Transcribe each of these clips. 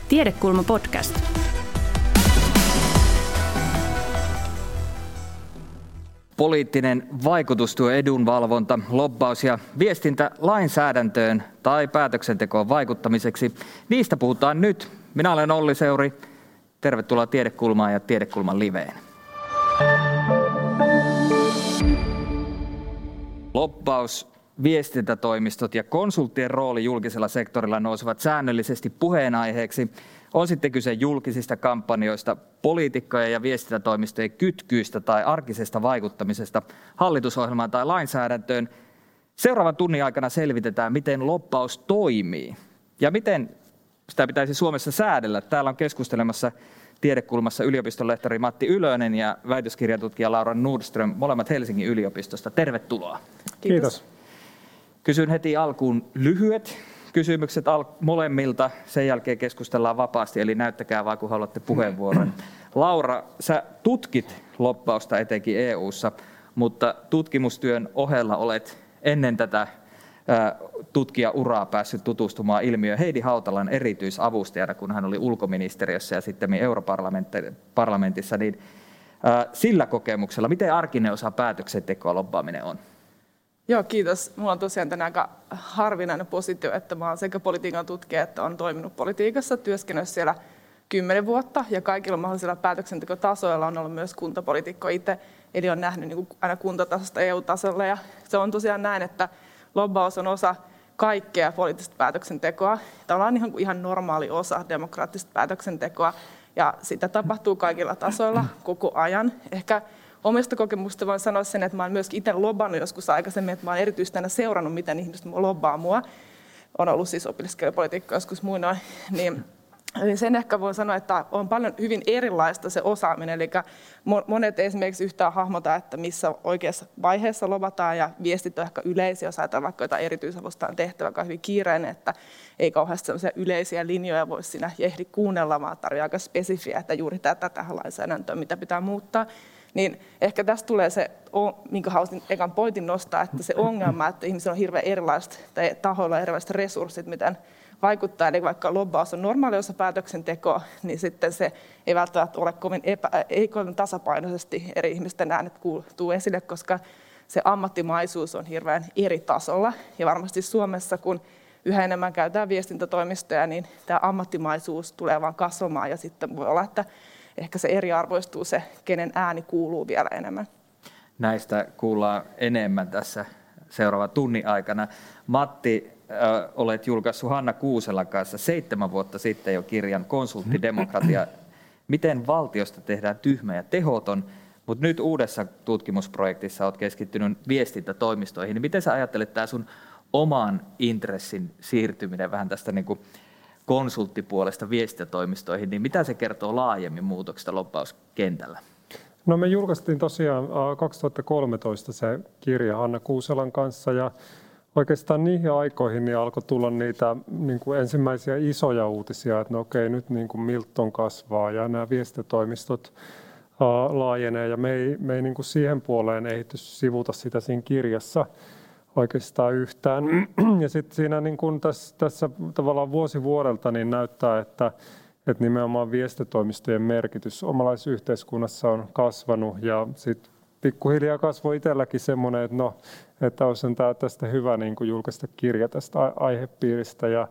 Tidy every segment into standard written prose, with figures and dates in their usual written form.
Tiedekulma podcast. Poliittinen vaikutustyö, edunvalvonta, lobbaus ja viestintä lainsäädäntöön tai päätöksentekoon vaikuttamiseksi. Niistä puhutaan nyt. Minä olen Olli Seuri. Tervetuloa Tiedekulmaan ja Tiedekulman liveen. Lobbaus, viestintätoimistot ja konsulttien rooli julkisella sektorilla nousevat säännöllisesti puheenaiheeksi. On sitten kyse julkisista kampanjoista, poliitikkojen ja viestintätoimistojen kytkyistä tai arkisesta vaikuttamisesta hallitusohjelmaan tai lainsäädäntöön. Seuraavan tunnin aikana selvitetään, miten lobbaus toimii ja miten sitä pitäisi Suomessa säädellä. Täällä on keskustelemassa Tiedekulmassa yliopistonlehtori Matti Ylönen ja väitöskirjatutkija Laura Nordström, molemmat Helsingin yliopistosta. Tervetuloa. Kiitos. Kysyn heti alkuun lyhyet kysymykset molemmilta. Sen jälkeen keskustellaan vapaasti, eli näyttäkää vaan, kun haluatte puheenvuoron. Laura, sä tutkit lobbausta etenkin EU:ssa, mutta tutkimustyön ohella olet ennen tätä tutkijauraa päässyt tutustumaan ilmiöön Heidi Hautalan erityisavustajana, kun hän oli ulkoministeriössä ja sitten Europarlamentissa. Niin, sillä kokemuksella, miten arkinen osa päätöksentekoa lobbaaminen on? Joo, kiitos. Mulla on tosiaan tänään aika harvinainen positio, että mä oon sekä politiikan tutkija, että on toiminut politiikassa, työskennellyt siellä 10 vuotta ja kaikilla mahdollisilla päätöksentekotasoilla on ollut myös kuntapoliitikko itse, eli on nähnyt niin kuin aina kuntatasosta EU-tasolla ja se on tosiaan näin, että lobbaus on osa kaikkea poliittista päätöksentekoa. Tämä on ihan normaali osa demokraattista päätöksentekoa ja sitä tapahtuu kaikilla tasoilla koko ajan. Ehkä omista kokemuksista voin sanoa sen, että mä oon myöskin itse lobbannut joskus aikaisemmin, että mä oon erityisesti aina seurannut, miten ihmiset lobbaa mua. On ollut siis opiskelijapoliitikko joskus muinoin. Niin sen ehkä voin sanoa, että on paljon hyvin erilaista se osaaminen. Eli monet esimerkiksi yhtään hahmota, että missä oikeassa vaiheessa lobataan ja viestit on ehkä yleisiä, jos ajatellaan vaikka jotain erityisavustaan tehtävä, joka on hyvin kiireinen, että ei kauheasti sellaisia yleisiä linjoja voi siinä ehdi kuunnella, vaan tarvitsee aika spesifiä, että juuri tähän lainsäädäntöön, mitä pitää muuttaa. Niin ehkä tästä tulee se, minkä haluaisin ekan pointin nostaa, että se ongelma, että ihmisillä on hirveän erilaiset tai tahoilla erilaiset resurssit, miten vaikuttaa. Eli vaikka lobbaus on normaali osa päätöksentekoa, niin sitten se ei välttämättä ole kovin tasapainoisesti eri ihmisten äänet kuuluu esille, koska se ammattimaisuus on hirveän eri tasolla. Ja varmasti Suomessa, kun yhä enemmän käytetään viestintätoimistoja, niin tämä ammattimaisuus tulee vaan kasvamaan ja sitten voi olla, että ehkä se eriarvoistuu se, kenen ääni kuuluu vielä enemmän. Näistä kuullaan enemmän tässä seuraavan tunnin aikana. Matti, olet julkaissut Hanna Kuuselan kanssa 7 vuotta sitten jo kirjan Konsulttidemokratia. Miten valtiosta tehdään tyhmä ja tehoton, mutta nyt uudessa tutkimusprojektissa olet keskittynyt viestintätoimistoihin. Niin miten sä ajattelet tämä sun oman intressin siirtyminen vähän tästä niin kuin konsulttipuolesta viestintätoimistoihin, niin mitä se kertoo laajemmin muutoksesta lobbauskentällä? No me julkaistiin tosiaan 2013 se kirja Hanna Kuuselan kanssa ja oikeastaan niihin aikoihin niin alkoi tulla niitä niin kuin ensimmäisiä isoja uutisia, että no okei, nyt niin kuin Milton kasvaa ja nämä viestintätoimistot laajenee ja me ei niin kuin siihen puoleen ehditty sivuta sitä siinä kirjassa oikeastaan yhtään. Ja sitten siinä niin kun tässä tavallaan vuosi vuodelta niin näyttää, että nimenomaan viestintätoimistojen merkitys omalaisessa yhteiskunnassa on kasvanut. Ja sitten pikkuhiljaa kasvoi itselläkin semmoinen, että no, että olisi tästä hyvä niin kun julkaista kirja tästä aihepiiristä. Ja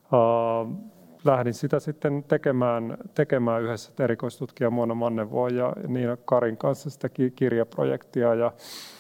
lähdin sitä sitten tekemään yhdessä erikoistutkija Mona Mannevoon ja Niina Karin kanssa sitä kirjaprojektia. Ja,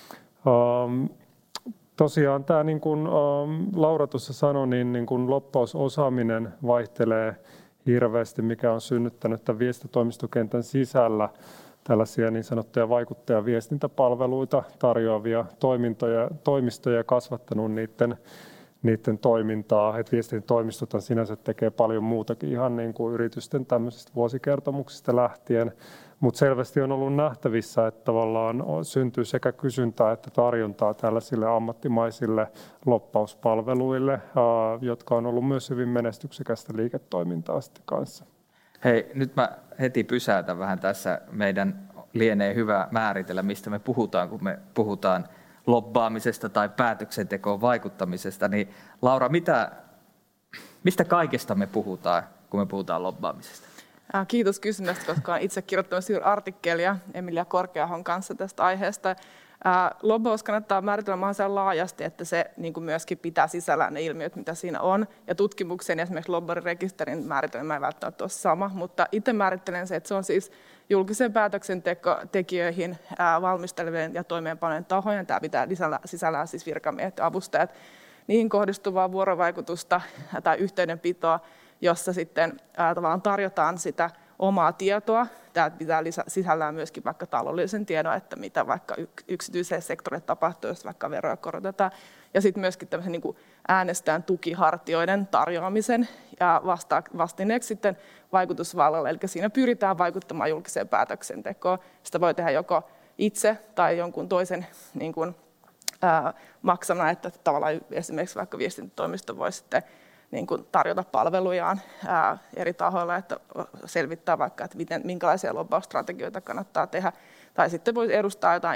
tosiaan tämä, niin kuin Laura tuossa sanoi, niin kuin lobbausosaaminen vaihtelee hirveästi, mikä on synnyttänyt tämän viestintätoimistokentän sisällä tällaisia niin sanottuja vaikuttajaviestintäpalveluita tarjoavia toimistoja ja kasvattanut niiden toimintaa. Et viestintätoimistot sinänsä tekee paljon muutakin ihan niin kuin yritysten tämmöisistä vuosikertomuksista lähtien. Mutta selvästi on ollut nähtävissä, että tavallaan syntyy sekä kysyntää että tarjontaa tällaisille ammattimaisille lobbauspalveluille, jotka on ollut myös hyvin menestyksekästä liiketoimintaa sitten kanssa. Hei, nyt mä heti pysäytän vähän tässä. Meidän lienee hyvä määritellä, mistä me puhutaan, kun me puhutaan lobbaamisesta tai päätöksentekoon vaikuttamisesta. Niin Laura, mistä kaikesta me puhutaan, kun me puhutaan lobbaamisesta? Kiitos kysynnästä, koska olen itse kirjoittanut artikkelia Emilia Korkea-ahon kanssa tästä aiheesta. Lobbaus kannattaa määritellä mahdollisimman laajasti, että se niin kuin myöskin pitää sisällään ne ilmiöt, mitä siinä on. Ja tutkimuksen esimerkiksi lobbarirekisterin määritelmä ei välttämättä ole sama, mutta itse määrittelen se, että se on siis julkisen päätöksentekijöihin valmistelevien ja toimeenpanojen tahojen. Tämä pitää sisällään siis virkamiehet ja avustajat. Niihin kohdistuvaa vuorovaikutusta tai yhteydenpitoa, jossa sitten tavallaan tarjotaan sitä omaa tietoa. Tämä pitää sisällään myöskin vaikka taloudellisen tiedon, että mitä vaikka yksityiselle sektorille tapahtuu, jos vaikka veroja korotetaan. Ja sitten myöskin tämmöisen niin kuin äänestäjän tukihartioiden tarjoamisen ja vastineeksi sitten vaikutusvallalle. Eli siinä pyritään vaikuttamaan julkiseen päätöksentekoon. Sitä voi tehdä joko itse tai jonkun toisen niin kuin, maksana, että tavallaan esimerkiksi vaikka viestintätoimisto voi sitten niin kuin tarjota palvelujaan eri tahoilla, että selvittää vaikka, että minkälaisia lobbaustrategioita kannattaa tehdä. Tai sitten voi edustaa jotain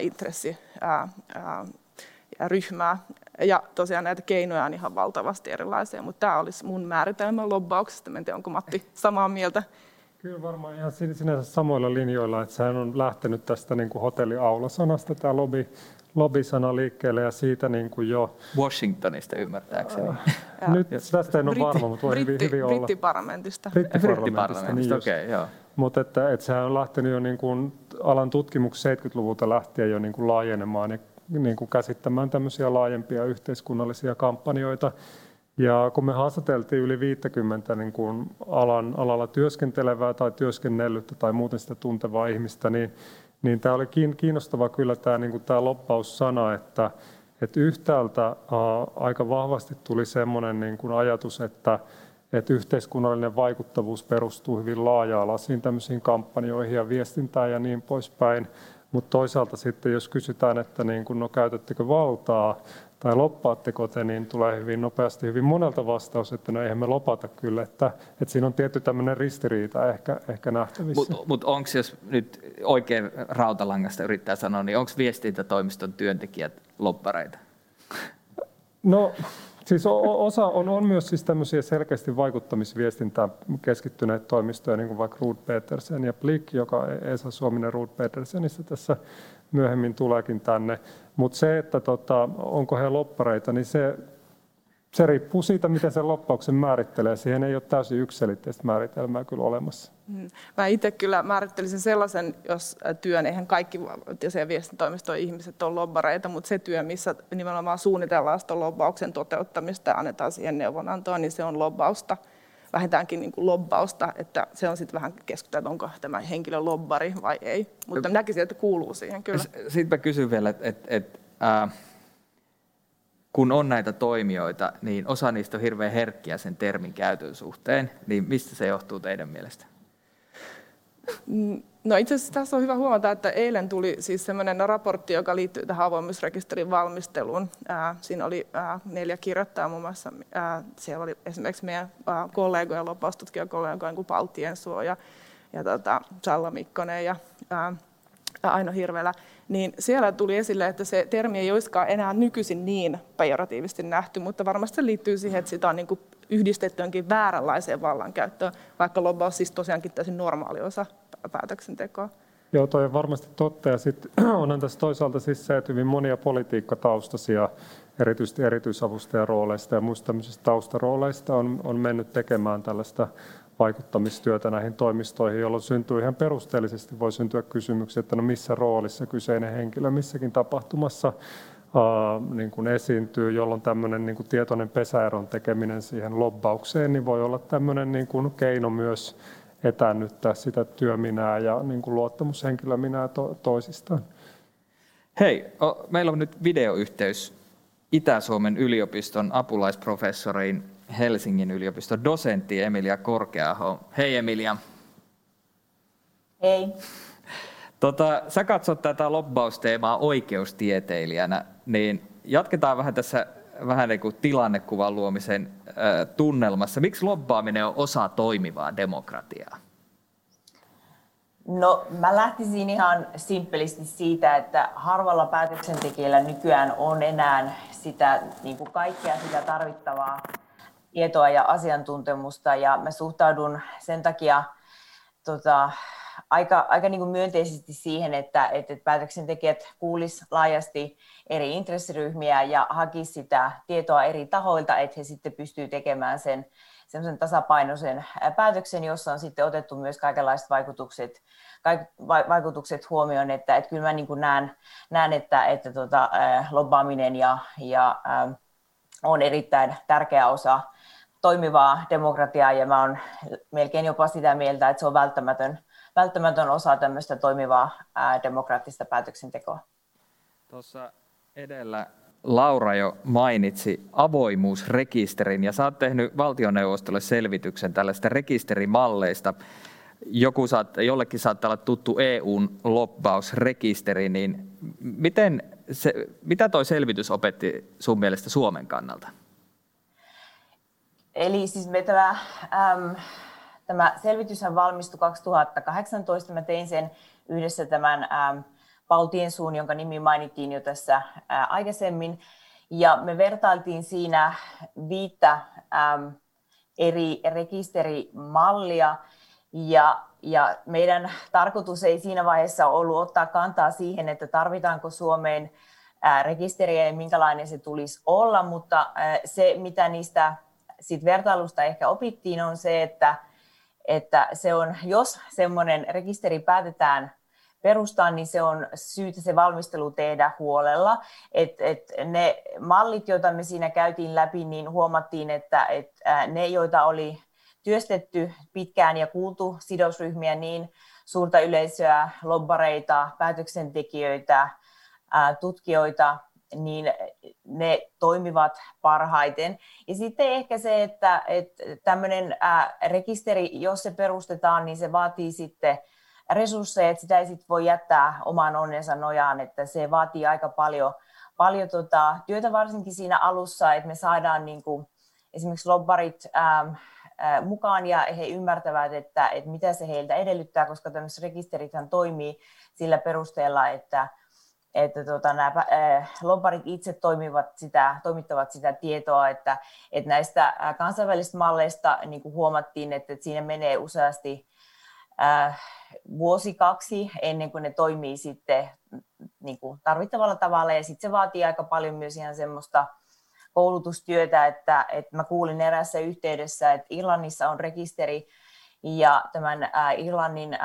intressiryhmää. Ja tosiaan näitä keinoja on ihan valtavasti erilaisia, mutta tämä olisi mun määritelmä lobbauksesta. En tiedä, onko Matti samaa mieltä? Kyllä varmaan ihan sinänsä samoilla linjoilla, että sehän on lähtenyt tästä niin kuin hotelliaula-sanasta tämä lobby-sana liikkeelle ja siitä niin kuin jo... Washingtonista ymmärtääkseni. Nyt tästä en ole varma, mutta voi hyvin olla. Brittiparlamentista. Brittiparlamentista, niin okei, joo. Mutta että sehän on lähtenyt jo niin kuin alan tutkimuksessa 70-luvulta lähtien jo niin kuin laajenemaan ja niin kuin käsittämään tämmöisiä laajempia yhteiskunnallisia kampanjoita. Ja kun me haastateltiin yli 50 niin kuin alalla työskentelevää tai työskennellyttä tai muuten sitä tuntevaa ihmistä, niin tämä oli kiinnostava kyllä tämä, niin kuin tämä lobbaussana, että yhtäältä aika vahvasti tuli semmoinen niin kuin ajatus, että yhteiskunnallinen vaikuttavuus perustuu hyvin laaja-alaisiin tämmöisiin kampanjoihin ja viestintään ja niin poispäin. Mutta toisaalta sitten, jos kysytään, että niin kun, no, käytättekö valtaa tai loppaatteko te, niin tulee hyvin nopeasti hyvin monelta vastaus, että no eihän me lopata kyllä, että siinä on tietty tämmöinen ristiriita ehkä nähtävissä. Mutta onko, jos nyt oikein rautalangasta yrittää sanoa, niin onko viestintätoimiston työntekijät lobbareita? No siis osa on myös siis tämmöisiä selkeästi vaikuttamisviestintään keskittyneitä toimistoja, niin kuin vaikka Ruud Petersen ja Blick, joka Esa Suominen Ruud Petersenistä tässä myöhemmin tuleekin tänne. Mutta se, että onko he lobbareita, niin se riippuu siitä, miten sen lobbauksen määrittelee. Siihen ei ole täysin yksiselitteistä määritelmää kyllä olemassa. Mä itse kyllä määrittelisin sellaisen, jos työn, eihän kaikki viestintätoimistojen ihmiset ole lobbareita, mutta se työ, missä nimenomaan suunnitellaan sitä lobbauksen toteuttamista ja annetaan siihen neuvonantoa, niin se on lobbausta. Vähintäänkin niin kuin lobbausta, että se on sitten vähän keskustelua, että onko tämä henkilö lobbari vai ei. Mutta näkisin, että kuuluu siihen kyllä. Sitten mä kysyn vielä, että kun on näitä toimijoita, niin osa niistä on hirveän herkkiä sen termin käytön suhteen, niin mistä se johtuu teidän mielestä? No itse asiassa tässä on hyvä huomata, että eilen tuli siis sellainen raportti, joka liittyy tähän avoimuusrekisterin valmisteluun. Siinä oli 4 kirjoittajaa muun muassa. Siellä oli esimerkiksi meidän kollegoja, lobbaustutkijakollegoja, niin kuin Paltti Ensuo ja Salla Mikkonen ja Aino Hirvelä. Niin siellä tuli esille, että se termi ei olisikaan enää nykyisin niin pejoratiivisesti nähty, mutta varmasti se liittyy siihen, että sitä on niin kuin yhdistetty jonkin vääränlaiseen vallankäyttöön, vaikka lobbaus siis tosiaankin täysin normaali osa päätöksentekoa. Joo, toi on varmasti totta. Ja sitten onhan tässä toisaalta siis se, että hyvin monia politiikkataustaisia, erityisesti erityisavustajarooleista ja muista tämmöisistä taustarooleista on mennyt tekemään tällaista vaikuttamistyötä näihin toimistoihin, jolloin syntyy ihan perusteellisesti, voi syntyä kysymyksiä, että no missä roolissa kyseinen henkilö missäkin tapahtumassa niin kuin esiintyy, jolloin tämmöinen niin kuin tietoinen pesäeron tekeminen siihen lobbaukseen niin voi olla tämmöinen niin kuin keino myös etäännyttää sitä työminää ja niin kuin luottamushenkilöminää toisistaan. Hei, meillä on nyt videoyhteys Itä-Suomen yliopiston apulaisprofessoriin Helsingin yliopiston dosentti Emilia Korkea-aho. Hei Emilia. Hei. Sä katsot tätä lobbausteemaa oikeustieteilijänä, niin jatketaan vähän tässä niin kuin tilannekuvan luomisen tunnelmassa. Miksi lobbaaminen on osa toimivaa demokratiaa? No mä lähtisin ihan simppelisti siitä, että harvalla päätöksentekijällä nykyään on enää sitä, niin kuin kaikkea sitä tarvittavaa tietoa ja asiantuntemusta, ja mä suhtaudun sen takia aika niin kuin myönteisesti siihen, että päätöksentekijät kuulisivat laajasti eri intressiryhmiä ja hakisivat sitä tietoa eri tahoilta, että he sitten pystyvät tekemään semmoisen tasapainoisen päätöksen, jossa on sitten otettu myös kaikenlaiset vaikutukset huomioon, että kyllä mä niin kuin näen että lobbaaminen ja on erittäin tärkeä osa toimivaa demokratiaa, ja mä oon melkein jopa sitä mieltä, että se on välttämätön osa tämmöistä toimivaa demokraattista päätöksentekoa. Tuossa edellä Laura jo mainitsi avoimuusrekisterin, ja sä oot tehnyt valtioneuvostolle selvityksen tällaista rekisterimalleista. Jollekin saattaa olla tuttu EUn lobbausrekisteri, niin mitä toi selvitys opetti sun mielestä Suomen kannalta? Eli siis tämä selvityshän valmistui 2018. Mä tein sen yhdessä tämän Paul Tiensuun, jonka nimi mainittiin jo tässä aikaisemmin. Ja me vertailtiin siinä 5 eri rekisterimallia. Ja meidän tarkoitus ei siinä vaiheessa ollut ottaa kantaa siihen, että tarvitaanko Suomeen rekisteriä ja minkälainen se tulisi olla, mutta se, mitä niistä sit vertailusta ehkä opittiin, on se, että se on, jos semmoinen rekisteri päätetään perustaa, niin se on syytä se valmistelu tehdä huolella. Ne mallit, joita me siinä käytiin läpi, niin huomattiin, että ne, joita oli työstetty pitkään ja kuultu sidosryhmiä, niin suurta yleisöä, lobbareita, päätöksentekijöitä, tutkijoita, niin ne toimivat parhaiten. Ja sitten ehkä se, että tämmöinen rekisteri, jos se perustetaan, niin se vaatii sitten resursseja, että sitä ei sitten voi jättää oman onnensa nojaan, että se vaatii aika paljon työtä varsinkin siinä alussa, että me saadaan niin kuin esimerkiksi lobbarit mukaan ja he ymmärtävät, että mitä se heiltä edellyttää, koska tämmöiset rekisterithän toimii sillä perusteella, että nämä lobbarit itse toimittavat sitä tietoa, että näistä kansainvälisistä malleista niin kuin huomattiin, että siinä menee useasti vuosi 2 ennen kuin ne toimii sitten niin kuin tarvittavalla tavalla, ja sitten se vaatii aika paljon myös ihan semmoista koulutustyötä, että mä kuulin eräässä yhteydessä, että Irlannissa on rekisteri, ja tämän Irlannin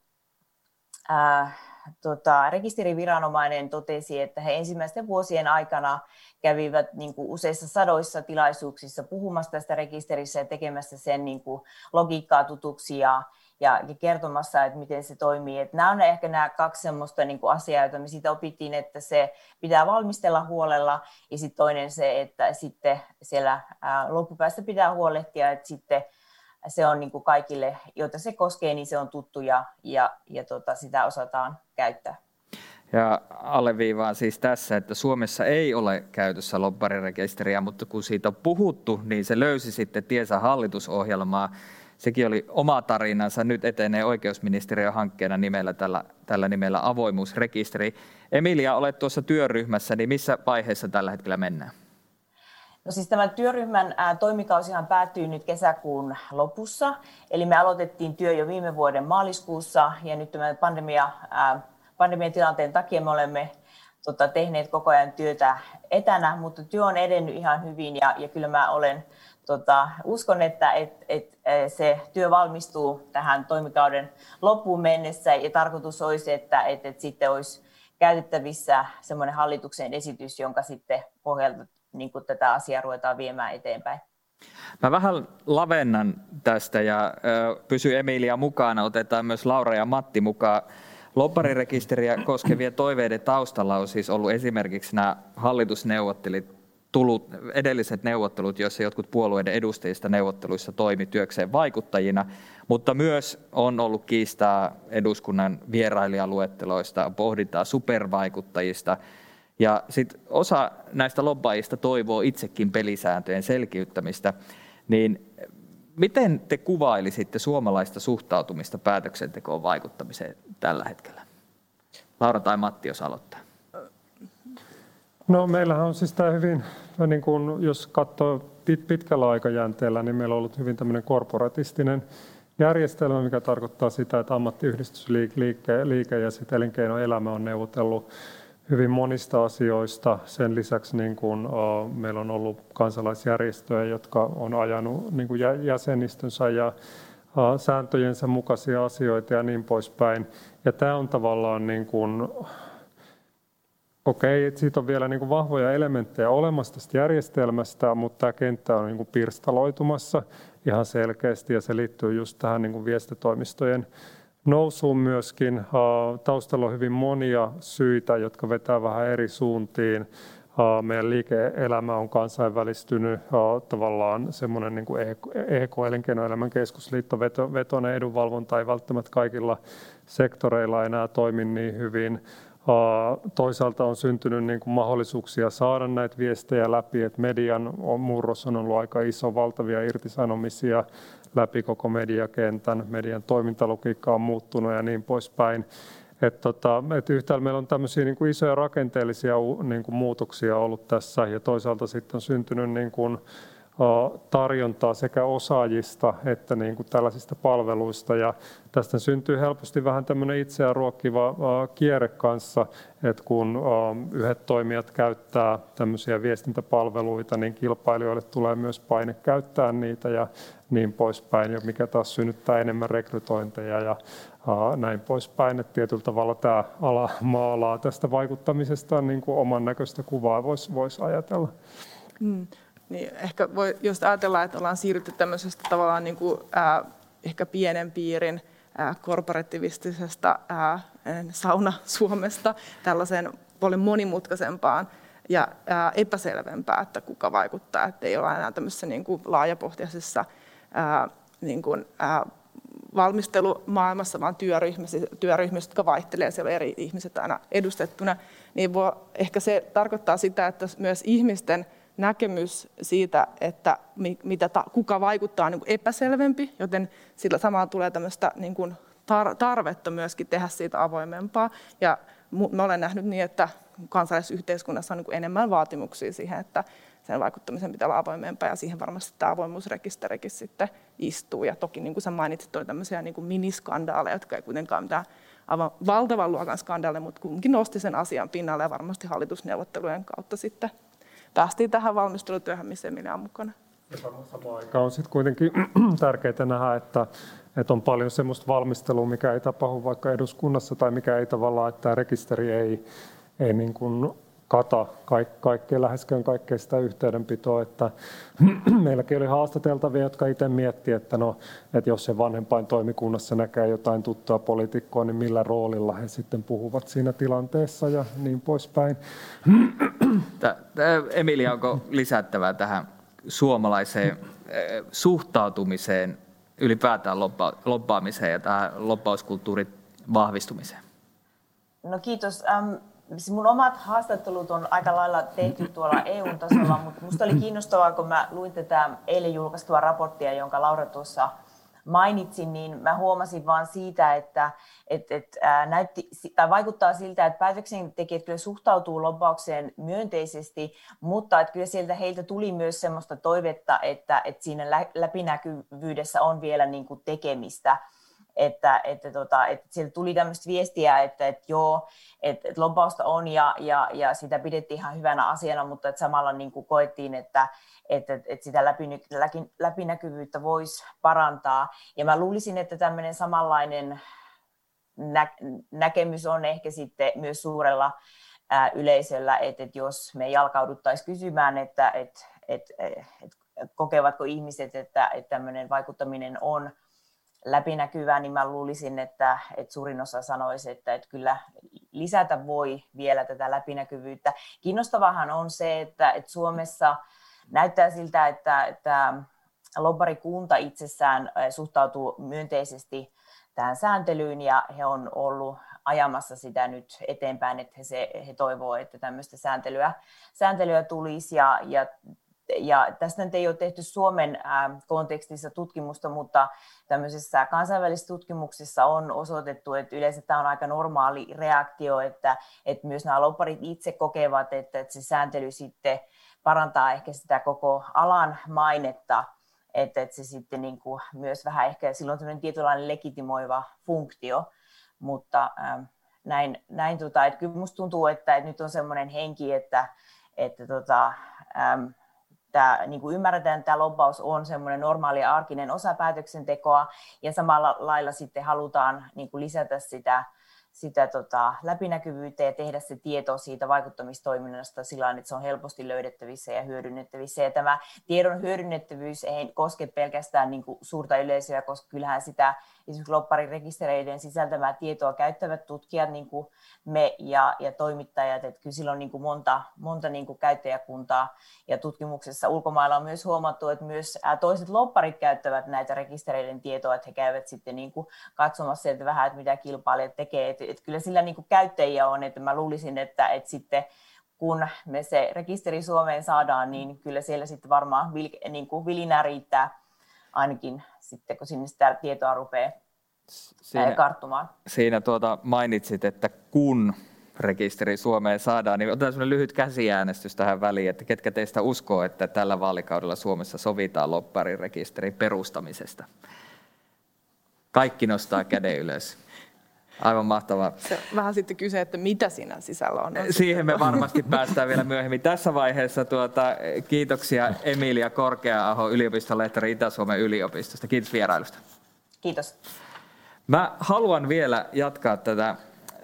rekisteriviranomainen totesi, että he ensimmäisten vuosien aikana kävivät niin kuin useissa sadoissa tilaisuuksissa puhumassa tästä rekisterissä ja tekemässä sen niin kuin logiikkaa tutuksi ja kertomassa, että miten se toimii. Että nämä on ehkä nämä 2 semmoista niin kuin asiaa, joita me siitä opittiin, että se pitää valmistella huolella, ja sitten toinen se, että sitten siellä loppupäässä pitää huolehtia, että sitten se on niin kuin kaikille, joita se koskee, niin se on tuttu ja sitä osataan käyttää. Ja alleviivaan siis tässä, että Suomessa ei ole käytössä lobbarirekisteriä, mutta kun siitä on puhuttu, niin se löysi sitten tiensä hallitusohjelmaa. Sekin oli oma tarinansa, nyt etenee oikeusministeriön hankkeena tällä nimellä avoimuusrekisteri. Emilia, olet tuossa työryhmässä, niin missä vaiheessa tällä hetkellä mennään? No siis tämän työryhmän toimikausihan päättyy nyt kesäkuun lopussa, eli me aloitettiin työ jo viime vuoden maaliskuussa, ja nyt tämän pandemian tilanteen takia me olemme tehneet koko ajan työtä etänä, mutta työ on edennyt ihan hyvin, ja kyllä mä uskon, että se työ valmistuu tähän toimikauden loppuun mennessä, ja tarkoitus olisi, että sitten olisi käytettävissä semmoinen hallituksen esitys, jonka sitten pohjalta niin kuin tätä asiaa ruvetaan viemään eteenpäin. Mä vähän lavennan tästä ja pysy Emilia mukana, otetaan myös Laura ja Matti mukaan. Lobbarirekisteriä koskevien toiveiden taustalla on siis ollut esimerkiksi nämä edelliset neuvottelut, joissa jotkut puolueiden edustajista neuvotteluissa toimi työkseen vaikuttajina, mutta myös on ollut kiistaa eduskunnan vierailijaluetteloista, pohdintaa supervaikuttajista. Ja sitten osa näistä lobbaajista toivoo itsekin pelisääntöjen selkiyttämistä. Niin miten te kuvailisitte suomalaista suhtautumista päätöksentekoon vaikuttamiseen tällä hetkellä? Laura tai Matti, jos aloittaa. No meillähän on siis tämä hyvin, niin kuin jos katsoo pitkällä aikajänteellä, niin meillä on ollut hyvin tämmöinen korporatistinen järjestelmä, mikä tarkoittaa sitä, että ammattiyhdistysliike ja sitten elinkeinoelämä on neuvotellut hyvin monista asioista. Sen lisäksi niin kuin, meillä on ollut kansalaisjärjestöjä, jotka on ajanut niin kuin jäsenistönsä ja sääntöjensä mukaisia asioita ja niin poispäin. Ja tämä on tavallaan niin kuin, okei, siitä on vielä niin kuin vahvoja elementtejä olemassa tästä järjestelmästä, mutta tämä kenttä on niin kuin pirstaloitumassa ihan selkeästi ja se liittyy just tähän niin kuin viestintätoimistojen nousuun myöskin. Taustalla on hyvin monia syitä, jotka vetää vähän eri suuntiin. Meidän liike-elämä on kansainvälistynyt, tavallaan semmoinen niin kuin EK, Elinkeinoelämän keskusliitto, vetoinen edunvalvonta ei välttämättä kaikilla sektoreilla enää toimi niin hyvin. Toisaalta on syntynyt niin kuin mahdollisuuksia saada näitä viestejä läpi, että median murros on ollut aika iso, valtavia irtisanomisia läpi koko mediakentän, median toimintalogiikka on muuttunut ja niin poispäin. Että yhtäällä meillä on tämmöisiä niin kuin isoja rakenteellisia niin kuin muutoksia ollut tässä ja toisaalta sitten on syntynyt niin kuin tarjontaa sekä osaajista että niin kuin tällaisista palveluista ja tästä syntyy helposti vähän tämmöinen itseään ruokkiva kierre kanssa, että kun yhdet toimijat käyttää tämmöisiä viestintäpalveluita, niin kilpailijoille tulee myös paine käyttää niitä ja niin poispäin, mikä taas synnyttää enemmän rekrytointeja ja näin poispäin. Että tietyllä tavalla tämä ala maalaa tästä vaikuttamisesta niin kuin oman näköistä kuvaa voisi ajatella. Niin ehkä voi just ajatella, että ollaan siirrytty tämmöisestä tavallaan niin kuin, ehkä pienen piirin korporativistisesta sauna-Suomesta tällaiseen paljon monimutkaisempaan ja epäselvempää, että kuka vaikuttaa, että ei olla enää tämmöisessä niin kuin laajapohjaisessa niin kuin, valmistelumaailmassa, vaan työryhmissä, jotka vaihtelee, siellä on eri ihmiset aina edustettuna, niin ehkä se tarkoittaa sitä, että myös ihmisten näkemys siitä, että kuka vaikuttaa, on niin kuin epäselvempi, joten sillä samalla tulee tämmöistä niin kuin tarvetta myöskin tehdä siitä avoimempaa. Ja mä olen nähnyt niin, että kansalaisyhteiskunnassa on niin kuin enemmän vaatimuksia siihen, että sen vaikuttamisen pitää olla avoimempaa ja siihen varmasti tämä avoimuusrekisterikin sitten istuu. Ja toki niin kuin sä mainitsit, oli tämmöisiä niin kuin miniskandaaleja, jotka ei kuitenkaan mitään aivan valtavan luokan skandaaleja, mutta kuitenkin nosti sen asian pinnalle ja varmasti hallitusneuvottelujen kautta sitten päästiin tähän valmistelutyöhön, missä Emilia on mukana. Samaan aikaan on sitten kuitenkin tärkeää nähdä, että on paljon semmoista valmistelua, mikä ei tapahdu vaikka eduskunnassa tai mikä ei tavallaan, että tämä rekisteri ei niin kuin kata läheskään kaikkea sitä yhteydenpitoa. Että meilläkin oli haastateltavia, jotka itse miettivät, että jos se vanhempaintoimikunnassa näkee jotain tuttua poliitikkoa, niin millä roolilla he sitten puhuvat siinä tilanteessa ja niin poispäin. Emilia, onko lisättävää tähän suomalaiseen suhtautumiseen, ylipäätään lobbaamiseen ja tähän lobbauskulttuurin vahvistumiseen? No kiitos. Mun omat haastattelut on aika lailla tehty tuolla EU-tasolla, mutta minusta oli kiinnostavaa, kun mä luin tätä eilen julkaistua raporttia, jonka Laura tuossa mainitsin, niin mä huomasin vaan siitä, että vaikuttaa siltä, että päätöksentekijät kyllä suhtautuu lobbaukseen myönteisesti, mutta että kyllä heiltä tuli myös semmoista toivetta, että siinä läpinäkyvyydessä on vielä niin kuin tekemistä. Että sieltä tuli tämmöistä viestiä, että lobbausta on ja sitä pidettiin ihan hyvänä asiana, mutta että samalla niin kuin koettiin, että sitä läpinäkyvyyttä voisi parantaa. Ja mä luulisin, että tämmöinen samanlainen näkemys on ehkä sitten myös suurella yleisöllä, että jos me jalkauduttaisiin kysymään, että kokevatko ihmiset, että tämmöinen vaikuttaminen on läpinäkyvää, niin mä luulisin, että suurin osa sanoisi, että kyllä lisätä voi vielä tätä läpinäkyvyyttä. Kiinnostavahan on se, että Suomessa näyttää siltä, että lobbarikunta itsessään suhtautuu myönteisesti tähän sääntelyyn ja he on ollut ajamassa sitä nyt eteenpäin, että he toivoo, että tämmöistä sääntelyä tulisi ja ja tästä nyt ei ole tehty Suomen kontekstissa tutkimusta, mutta tämmöisissä kansainvälisissä tutkimuksissa on osoitettu, että yleensä tämä on aika normaali reaktio, että myös nämä lobbarit itse kokevat, että se sääntely sitten parantaa ehkä sitä koko alan mainetta, että se sitten niin kuin myös vähän ehkä silloin tämmöinen tietynlainen legitimoiva funktio, mutta että kyllä musta tuntuu, että nyt on semmoinen henki, että tämä, niin kuin ymmärretään, että tämä lobbaus on semmoinen normaali ja arkinen osa päätöksentekoa, ja samalla lailla sitten halutaan niin kuin lisätä sitä läpinäkyvyyttä ja tehdä se tieto siitä vaikuttamistoiminnasta sillä tavalla, että se on helposti löydettävissä ja hyödynnettävissä. Ja tämä tiedon hyödynnettävyys ei koske pelkästään niin kuin suurta yleisöä, koska kyllähän sitä esimerkiksi lobbarirekistereiden sisältämää tietoa käyttävät tutkijat, niin kuin me ja toimittajat, että kyllä sillä on niin kuin monta niin kuin käyttäjäkuntaa. Ja tutkimuksessa ulkomailla on myös huomattu, että myös toiset lobbarit käyttävät näitä rekistereiden tietoa, että he käyvät sitten niin kuin katsomassa sieltä vähän, että mitä kilpailijat tekee. Että kyllä sillä niin kuin käyttäjiä on, että mä luulisin, että sitten kun me se rekisteri Suomeen saadaan, niin kyllä siellä sitten varmaan niin kuin vilinää riittää ainakin sitten, kun sinne sitä tietoa rupeaa karttumaan. Siinä mainitsit, että kun rekisteri Suomeen saadaan, niin otetaan sellainen lyhyt käsiäänestys tähän väliin, että ketkä teistä uskoo, että tällä vaalikaudella Suomessa sovitaan lobbarirekisterin perustamisesta? Kaikki nostaa käden ylös. Aivan mahtavaa. Se vähän sitten kyse, että mitä siinä sisällä on. Siihen me varmasti päästään vielä myöhemmin. Tässä vaiheessa kiitoksia Emilia Korkea-aho, yliopistolehtori Itä-Suomen yliopistosta. Kiitos vierailusta. Kiitos. Mä haluan vielä jatkaa tätä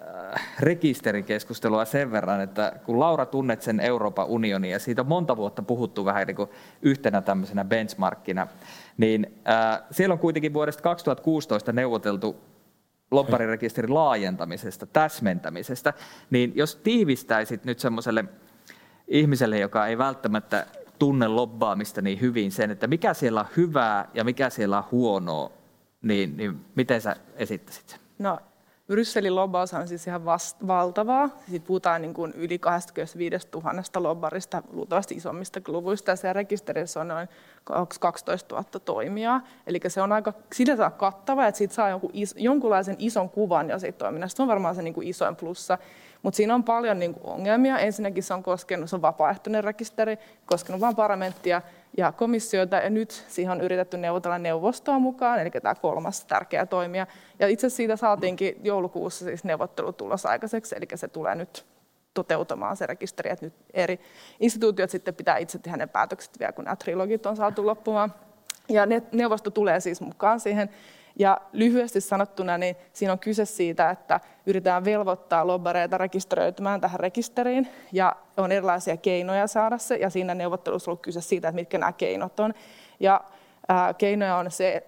rekisterikeskustelua sen verran, että kun Laura tunnet sen Euroopan unionin ja siitä on monta vuotta puhuttu vähän niin kuin yhtenä tämmöisenä benchmarkkina, niin siellä on kuitenkin vuodesta 2016 neuvoteltu lobbarirekisterin laajentamisesta, täsmentämisestä, niin jos tiivistäisit nyt semmoiselle ihmiselle, joka ei välttämättä tunne lobbaamista niin hyvin sen, että mikä siellä on hyvää ja mikä siellä on huonoa, niin miten sä esittäisit? No, Brysselin lobbaus on siis ihan valtavaa. Sitten puhutaan niin kuin yli 25 000 lobbarista, luultavasti isommista luvuista, ja se rekisterissä on noin 12 000 toimijaa. Eli se on aika sillä kattava, että siitä saa jonkunlaisen ison kuvan jo siitä toiminnasta. Se on varmaan se niin kuin isoin plussa. Mutta siinä on paljon niin kuin ongelmia. Ensinnäkin se on vapaaehtoinen rekisteri, koskenut vain parlamenttia ja komissiota, ja nyt siihen on yritetty neuvotella neuvostoa mukaan, eli tämä kolmas tärkeä toimija. Ja itse asiassa siitä saatiinkin joulukuussa siis neuvottelutulos aikaiseksi, eli se tulee nyt toteutumaan se rekisteri, että nyt eri instituutiot sitten pitää itse tehdä ne päätökset vielä, kun nämä trilogit on saatu loppumaan. Ja neuvosto tulee siis mukaan siihen. Ja lyhyesti sanottuna, niin siinä on kyse siitä, että yritetään velvoittaa lobbareita rekisteröitymään tähän rekisteriin, ja on erilaisia keinoja saada se, ja siinä neuvottelussa on ollut kyse siitä, että mitkä nämä keinot on. Ja keinoja on se,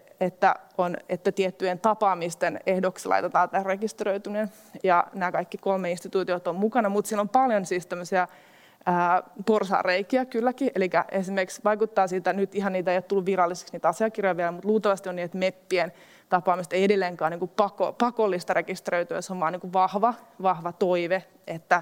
että tiettyjen tapaamisten ehdoksi laitetaan tähän rekisteröityminen, ja nämä kaikki 3 instituutiot on mukana, mutta siinä on paljon siis tämmöisiä porsaanreikiä kylläkin, eli esimerkiksi vaikuttaa siitä, nyt ihan niitä ei ole tullut virallisiksi niitä asiakirjoja vielä, mutta luultavasti on niin, että meppien tapaamista ei edelleenkaan niin kuin pakollista rekisteröityä, se on vaan niin kuin vahva toive, että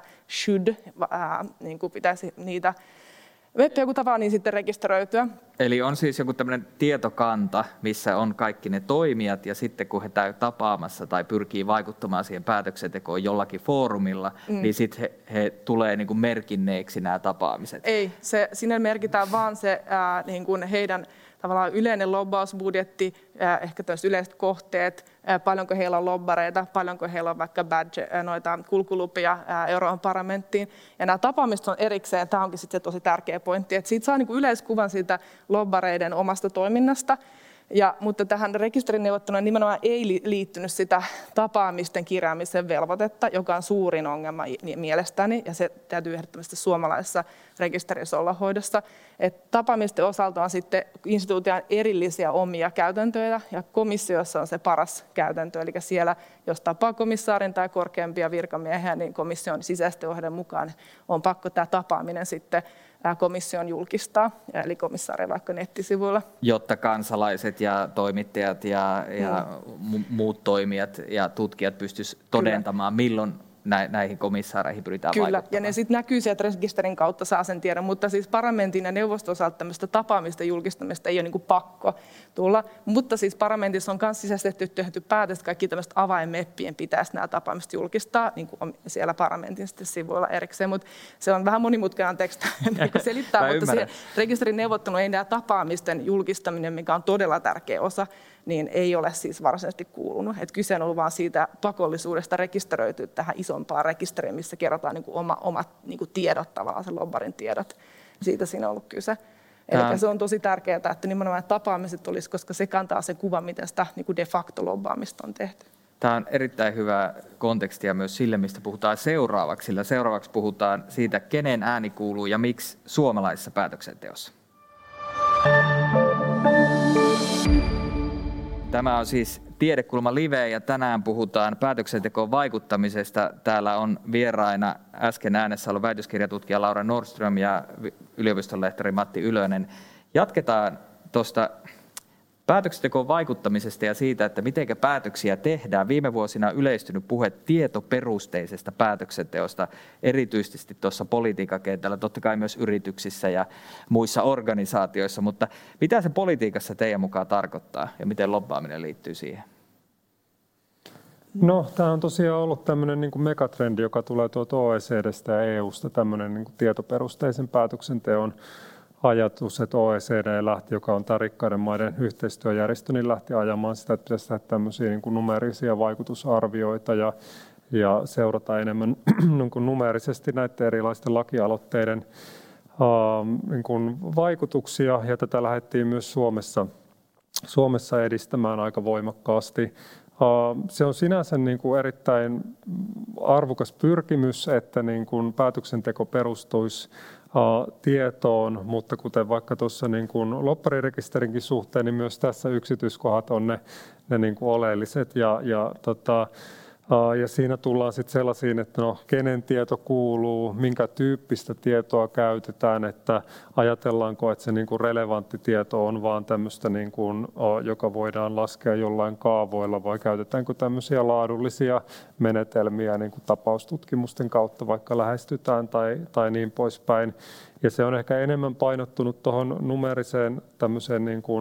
niin kuin pitäisi niitä meppejä joku tavalla niin sitten rekisteröityä. Eli on siis joku tämmöinen tietokanta, missä on kaikki ne toimijat, ja sitten kun he tapaamassa tai pyrkii vaikuttamaan siihen päätöksentekoon jollakin foorumilla, niin sitten he tulee niin kuin merkinneeksi nämä tapaamiset. Ei, sinne merkitään vaan se niin kuin heidän tavallaan yleinen lobbausbudjetti, ehkä yleiset kohteet, paljonko heillä on lobbareita, paljonko heillä on vaikka noita kulkulupia Euroopan parlamenttiin. Ja nämä tapaamiset on erikseen, tämä onkin sitten se tosi tärkeä pointti, että siitä saa niin kuin yleiskuvan siitä lobbareiden omasta toiminnasta. Mutta tähän rekisterineuvotteluun nimenomaan ei liittynyt sitä tapaamisten kirjaamisen velvoitetta, joka on suurin ongelma mielestäni, ja se täytyy ehdottomasti suomalaisessa rekisterissä olla hoidossa. Tapaamisten osalta on sitten instituution erillisiä omia käytäntöjä, ja komissiossa on se paras käytäntö, eli siellä, jos tapaa komissaarin tai korkeampia virkamiehiä, niin komission sisäisten ohjeiden mukaan on pakko tämä tapaaminen sitten komission julkistaa, eli komissaari vaikka nettisivuilla. Jotta kansalaiset ja toimittajat ja muut toimijat ja tutkijat pystyisivät todentamaan, milloin näihin komissaareihin pyritään Kyllä, vaikuttamaan. ja ne sitten näkyy sieltä rekisterin kautta, saa sen tiedon, mutta siis parlamentin ja neuvoston osalta tämmöistä tapaamista julkistamista ei ole niin kuin pakko tulla, mutta siis parlamentissa on myös sisäisesti tehty päätös, että kaikki tämmöiset avainmeppien pitäisi nämä tapaamiset julkistaa niin kuin siellä parlamentin sivuilla erikseen, mutta se on vähän monimutkainen teksti selittää, mutta se rekisterin neuvottelu ei nämä tapaamisten julkistaminen, mikä on todella tärkeä osa, niin ei ole siis varsinaisesti kuulunut. Et kyse on ollut vain siitä pakollisuudesta rekisteröityä tähän isompaan rekisteriin, missä kerrotaan niin kuin omat niin kuin tiedot, tavallaan se lobbarin tiedot. Siitä siinä on ollut kyse. Eli se on tosi tärkeää, että nimenomaan tapaamiset olisi, koska se kantaa se kuva, miten sitä niin kuin de facto lobbaamista on tehty. Tämä on erittäin hyvä kontekstia myös sille, mistä puhutaan seuraavaksi, sillä seuraavaksi puhutaan siitä, kenen ääni kuuluu ja miksi suomalaisessa päätöksenteossa. Tämä on siis Tiedekulma Live ja tänään puhutaan päätöksentekoon vaikuttamisesta. Täällä on vieraina äsken äänessä ollut väitöskirjatutkija Laura Nordström ja yliopistonlehtori Matti Ylönen. Jatketaan tuosta päätöksentekoon vaikuttamisesta ja siitä, että miten päätöksiä tehdään. Viime vuosina on yleistynyt puhe tietoperusteisesta päätöksenteosta, erityisesti tuossa politiikan kentällä, totta kai myös yrityksissä ja muissa organisaatioissa, mutta mitä se politiikassa teidän mukaan tarkoittaa ja miten lobbaaminen liittyy siihen? No, tämä on tosiaan ollut tämmöinen niin kuin megatrendi, joka tulee tuolta OECDstä ja EUsta, tämmöinen niin kuin tietoperusteisen päätöksenteon ajatus, että OECD lähti, joka on tämä rikkaiden maiden yhteistyöjärjestö, niin lähti ajamaan sitä, että pitäisi tehdä tämmöisiä niin kuin numeerisia vaikutusarvioita ja seurata enemmän niin kuin numeerisesti näiden erilaisten lakialoitteiden niin kuin vaikutuksia, ja tätä lähdettiin myös Suomessa edistämään aika voimakkaasti. Se on sinänsä niin kuin erittäin arvokas pyrkimys, että niin kuin päätöksenteko perustuisi tietoon, mutta kuten vaikka tuossa niin kuin lobbarirekisterinkin suhteen, niin myös tässä yksityiskohdat on ne niin kuin oleelliset. Ja siinä tullaan sitten sellaisiin, että no, kenen tieto kuuluu, minkä tyyppistä tietoa käytetään, että ajatellaanko, että se niin kuin relevantti tieto on vaan tämmöistä, niin kuin, joka voidaan laskea jollain kaavoilla, vai käytetäänkö tämmöisiä laadullisia menetelmiä niin kuin tapaustutkimusten kautta vaikka lähestytään tai niin poispäin. Ja se on ehkä enemmän painottunut tuohon numeriseen tämmöiseen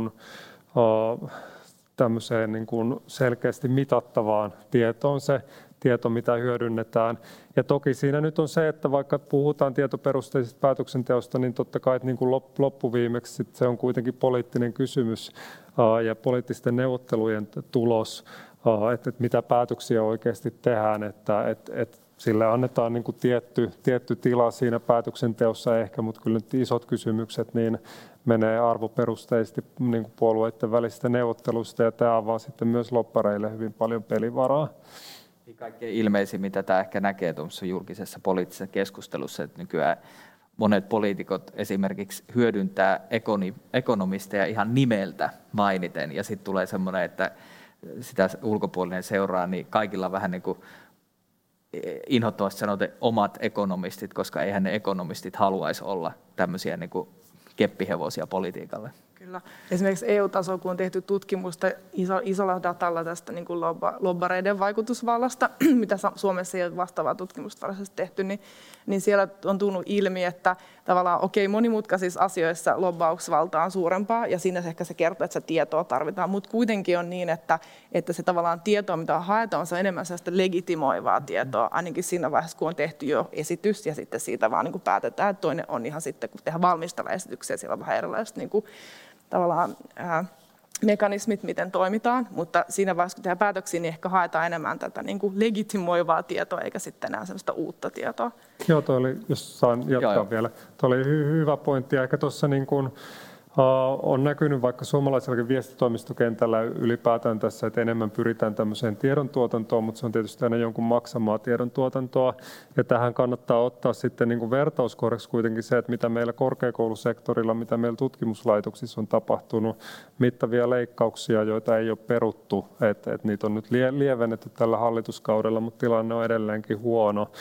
niin kuin selkeästi mitattavaan tietoon se tieto, mitä hyödynnetään. Ja toki siinä nyt on se, että vaikka puhutaan tietoperusteisesta päätöksenteosta, niin totta kai että niin kuin loppuviimeksi se on kuitenkin poliittinen kysymys ja poliittisten neuvottelujen tulos, että mitä päätöksiä oikeasti tehdään, että sille annetaan niin kuin tietty tila siinä päätöksenteossa ehkä, mutta kyllä nyt isot kysymykset niin menee arvoperusteisesti niin kuin puolueiden välisistä neuvotteluista, ja tämä avaa sitten myös lobbareille hyvin paljon pelivaraa. Kaikkein ilmeisin, mitä tämä ehkä näkee tuossa julkisessa poliittisessa keskustelussa, että nykyään monet poliitikot esimerkiksi hyödyntää ekonomisteja ihan nimeltä mainiten, ja sitten tulee semmoinen, että sitä ulkopuolinen seuraa, niin kaikilla vähän niin kuin inhottavasti sanotaan omat ekonomistit, koska eihän ne ekonomistit haluaisi olla tämmöisiä niin kuin keppihevosia politiikalle. Kyllä. Esimerkiksi EU-tasolla, kun on tehty tutkimusta isolla datalla tästä niin kuin lobbareiden vaikutusvallasta, mitä Suomessa ei ole vastaavaa tutkimusta varsinaisesti tehty, niin siellä on tullut ilmi, että tavallaan monimutkaisissa asioissa lobbauksvalta on suurempaa, ja siinä ehkä se kertoo, että se tietoa tarvitaan, mutta kuitenkin on niin, että se tavallaan tietoa, mitä haetaan, se on enemmän sellaista legitimoivaa tietoa, ainakin siinä vaiheessa, kun on tehty jo esitys, ja sitten siitä vaan niin kuin päätetään, että toinen on ihan sitten, kun tehdään valmistella esityksiä, siellä on vähän erilaiset niin kuin tavallaan mekanismit, miten toimitaan, mutta siinä vaiheessa, kun tehdään päätöksiä, niin ehkä haetaan enemmän tätä niin kuin legitimoivaa tietoa, eikä sitten enää sellaista uutta tietoa. Joo, toi oli, jos saan jatkaa vielä, tuo oli hyvä pointti, ja ehkä tuossa niin kuin on näkynyt vaikka suomalaisellakin viestitoimistokentällä ylipäätään tässä, että enemmän pyritään tämmöiseen tiedontuotantoon, mutta se on tietysti aina jonkun maksamaa tiedontuotantoa. Ja tähän kannattaa ottaa sitten niin kuin vertauskohdaksi kuitenkin se, että mitä meillä korkeakoulusektorilla, mitä meillä tutkimuslaitoksissa on tapahtunut, mittavia leikkauksia, joita ei ole peruttu. Että niitä on nyt lievennetty tällä hallituskaudella, mutta tilanne on edelleenkin huono.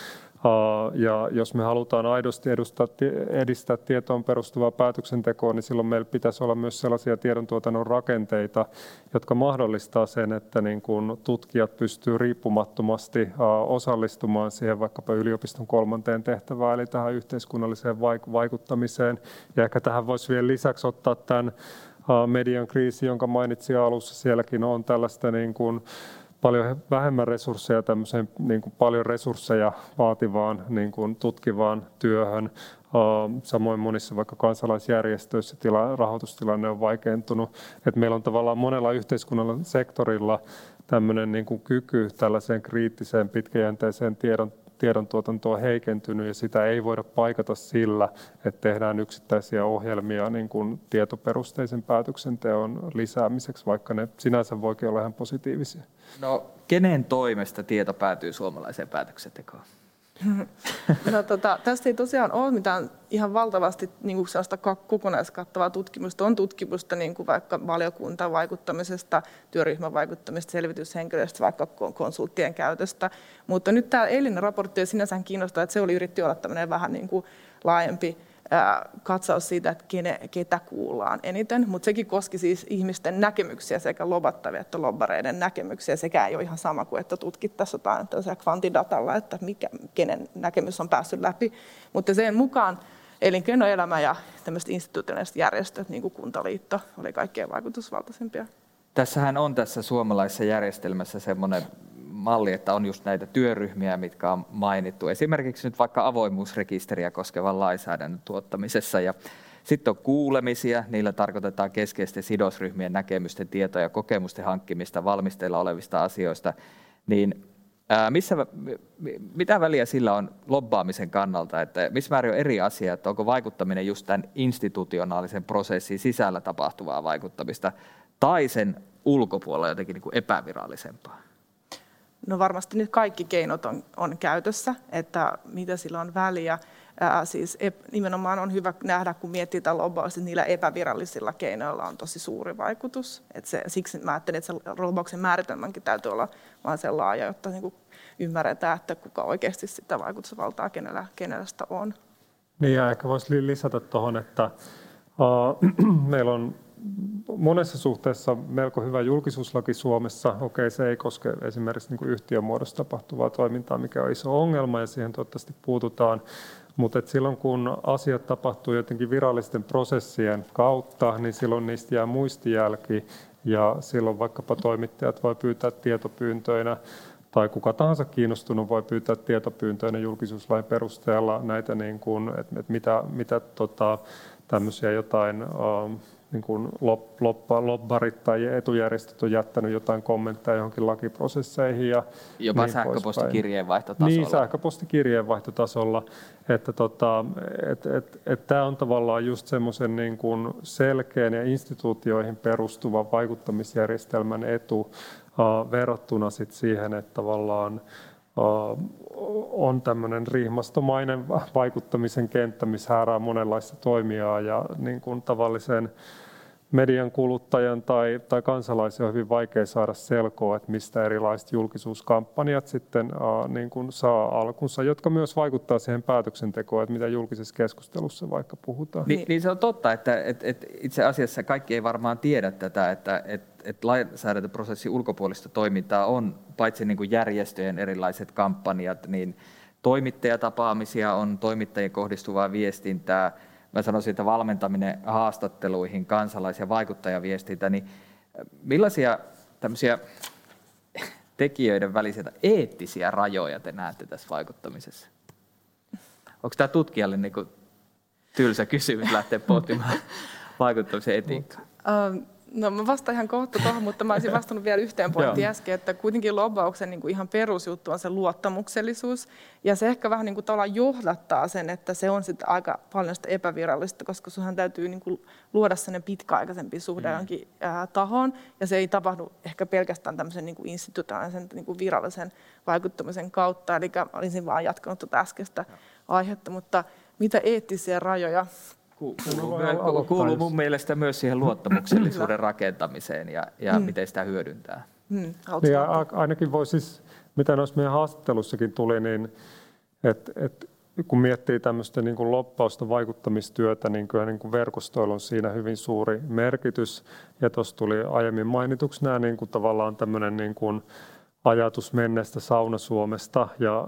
Ja jos me halutaan aidosti edistää tietoon perustuvaa päätöksentekoa, niin silloin meillä pitäisi olla myös sellaisia tiedontuotannon rakenteita, jotka mahdollistaa sen, että niin kun tutkijat pystyy riippumattomasti osallistumaan siihen vaikkapa yliopiston 3. tehtävään, eli tähän yhteiskunnalliseen vaikuttamiseen. Ja ehkä tähän voisi vielä lisäksi ottaa tämän median kriisi, jonka mainitsin alussa. Sielläkin on tällaista niin kuin paljon vähemmän resursseja tämmöiseen niin kuin paljon resursseja vaativaan niin kuin tutkivaan työhön. Samoin monissa vaikka kansalaisjärjestöissä rahoitustilanne on vaikeutunut. Et meillä on tavallaan monella yhteiskunnan sektorilla tämmöinen niin kuin kyky tällaiseen kriittiseen pitkäjänteiseen tiedontuotantoon heikentynyt, ja sitä ei voida paikata sillä, että tehdään yksittäisiä ohjelmia niin kuin tietoperusteisen päätöksenteon lisäämiseksi, vaikka ne sinänsä voikin olla ihan positiivisia. No, kenen toimesta tieto päätyy suomalaiseen päätöksentekoon? No, tästä ei tosiaan ole mitään ihan valtavasti niin kuin sellaista kokonaiskattavaa tutkimusta. On tutkimusta niin kuin vaikka valiokuntavaikuttamisesta, työryhmän vaikuttamisesta, selvityshenkilöistä, vaikka konsulttien käytöstä. Mutta nyt tämä eilinen raportti on sinänsä kiinnostaa, että se yritti olla tämmöinen vähän niin kuin laajempi katsaus siitä, että ketä kuullaan eniten, mutta sekin koski siis ihmisten näkemyksiä, sekä lobattavia että lobbareiden näkemyksiä. Sekä ei ole ihan sama kuin, että tutkittaisiin jotain kvantidatalla, että kenen näkemys on päässyt läpi. Mutta sen mukaan elinkeinoelämä ja tämmöiset institutionaaliset järjestöt, niin kuin Kuntaliitto, oli kaikkein vaikutusvaltaisimpia. Tässähän on tässä suomalaisessa järjestelmässä semmoinen malli, että on just näitä työryhmiä, mitkä on mainittu. Esimerkiksi nyt vaikka avoimuusrekisteriä koskevan lainsäädännön tuottamisessa. Ja sitten on kuulemisia, niillä tarkoitetaan keskeisten sidosryhmien näkemysten, tietoja ja kokemusten hankkimista valmisteilla olevista asioista. Niin mitä väliä sillä on lobbaamisen kannalta, että missä määrin on eri asia, että onko vaikuttaminen just tämän institutionaalisen prosessin sisällä tapahtuvaa vaikuttamista tai sen ulkopuolella jotenkin niin kuin epävirallisempaa? No varmasti nyt kaikki keinot on käytössä, että mitä sillä on väliä. Siis nimenomaan on hyvä nähdä, kun miettii tätä lobbausta, että niillä epävirallisilla keinoilla on tosi suuri vaikutus. Siksi mä ajattelin, että se lobbauksen määritelmänkin täytyy olla vaan sen laaja, jotta niin kuin ymmärretään, että kuka oikeasti sitä vaikutusvaltaa kenellä sitä on. Niin, ja ehkä voisi lisätä tuohon, että meillä on monessa suhteessa melko hyvä julkisuuslaki Suomessa. Okei, se ei koske esimerkiksi niin kuin yhtiömuodossa tapahtuvaa toimintaa, mikä on iso ongelma, ja siihen toivottavasti puututaan. Mutta silloin kun asiat tapahtuu jotenkin virallisten prosessien kautta, niin silloin niistä jää muistijälki, ja silloin vaikkapa toimittajat voi pyytää tietopyyntöinä, tai kuka tahansa kiinnostunut voi pyytää tietopyyntöinä julkisuuslain perusteella näitä, niin kuin, että mitä tämmöisiä jotain niin kuin lobbarit tai etujärjestöt on jättänyt jotain kommentteja johonkin lakiprosesseihin. Ja jopa niin sähköpostikirjeenvaihtotasolla. Niin, sähköpostikirjeenvaihtotasolla. Että tämä on tavallaan just semmoisen niin kuin selkeän ja instituutioihin perustuvan vaikuttamisjärjestelmän etu verrattuna sit siihen, että tavallaan on tämmöinen riimastomainen vaikuttamisen kenttä, missä häärää monenlaista toimijaa, ja niin kuin tavallisen median kuluttajan tai kansalaisen on hyvin vaikea saada selkoa, että mistä erilaiset julkisuuskampanjat sitten niin kuin saa alkunsa, jotka myös vaikuttaa siihen päätöksentekoon, että mitä julkisessa keskustelussa vaikka puhutaan. Niin se on totta, että itse asiassa kaikki ei varmaan tiedä tätä, että lainsäädäntöprosessin ulkopuolista toimintaa on paitsi niin kuin järjestöjen erilaiset kampanjat, niin toimittajatapaamisia on, toimittajien kohdistuvaa viestintää. Mä sanoisin, että valmentaminen haastatteluihin, kansalais- ja vaikuttajaviestintä, niin millaisia tämmöisiä tekijöiden välisiä eettisiä rajoja te näette tässä vaikuttamisessa? Onko tämä tutkijalle niin kuin tylsä kysymys lähteä pohtimaan vaikuttamisen etiikkaa? No mä vastaan ihan kohta tuohon, mutta mä olisin vastannut vielä yhteen pointtiin äsken, että kuitenkin lobbauksen niin kuin ihan perusjuttu on se luottamuksellisuus. Ja se ehkä vähän niin kuin tavallaan johdattaa sen, että se on sitten aika paljon sitä epävirallista, koska sunhan täytyy niin kuin luoda sellainen pitkäaikaisempi suhde johonkin tahoon. Ja se ei tapahdu ehkä pelkästään tämmöisen niin kuin institutionaalisen niin kuin virallisen vaikuttamisen kautta. Eli olisin vaan jatkanut tuota äskeistä aihetta, mutta mitä eettisiä rajoja? Kuuluu mun mielestä myös siihen luottamuksellisuuden rakentamiseen ja miten sitä hyödyntää. Ja ainakin voi siis, mitä noissa meidän haastattelussakin tuli, niin kun miettii tämmöistä niin kuin lobbausta, vaikuttamistyötä, niin kyllä niin kuin verkostoilla on siinä hyvin suuri merkitys. Ja tuossa tuli aiemmin mainituksi nämä niin kuin tavallaan tämmöinen niin kuin ajatus menneestä Sauna-Suomesta. Ja